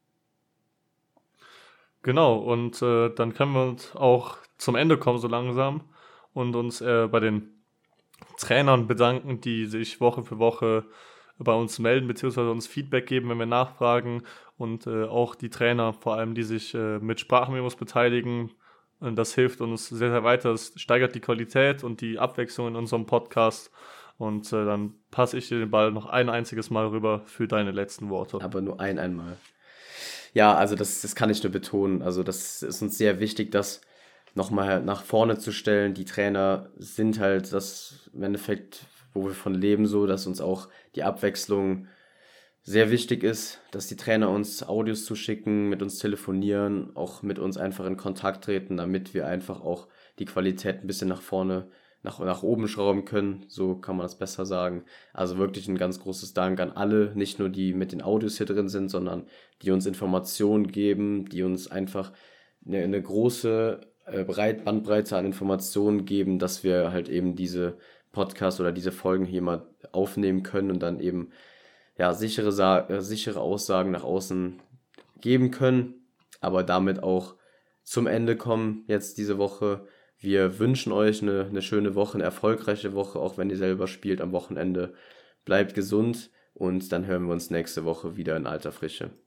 Genau, und äh, dann können wir uns auch zum Ende kommen so langsam und uns äh, bei den Trainern bedanken, die sich Woche für Woche bei uns melden, beziehungsweise uns Feedback geben, wenn wir nachfragen und äh, auch die Trainer vor allem, die sich äh, mit Sprachmemos beteiligen. Und das hilft uns sehr, sehr weiter. Es steigert die Qualität und die Abwechslung in unserem Podcast. Und äh, dann passe ich dir den Ball noch ein einziges Mal rüber für deine letzten Worte. Aber nur ein einmal. Ja, also das, das kann ich nur betonen. Also das ist uns sehr wichtig, dass nochmal nach vorne zu stellen. Die Trainer sind halt das im Endeffekt, wo wir von leben, so, dass uns auch die Abwechslung sehr wichtig ist, dass die Trainer uns Audios zuschicken, mit uns telefonieren, auch mit uns einfach in Kontakt treten, damit wir einfach auch die Qualität ein bisschen nach vorne, nach, nach oben schrauben können, so kann man das besser sagen. Also wirklich ein ganz großes Dank an alle, nicht nur die mit den Audios hier drin sind, sondern die uns Informationen geben, die uns einfach eine, eine große äh, Breit, Bandbreite an Informationen geben, dass wir halt eben diese Podcasts oder diese Folgen hier mal aufnehmen können und dann eben ja, sichere, Sa- äh, sichere Aussagen nach außen geben können, aber damit auch zum Ende kommen jetzt diese Woche. Wir wünschen euch eine, eine schöne Woche, eine erfolgreiche Woche, auch wenn ihr selber spielt am Wochenende. Bleibt gesund und dann hören wir uns nächste Woche wieder in alter Frische.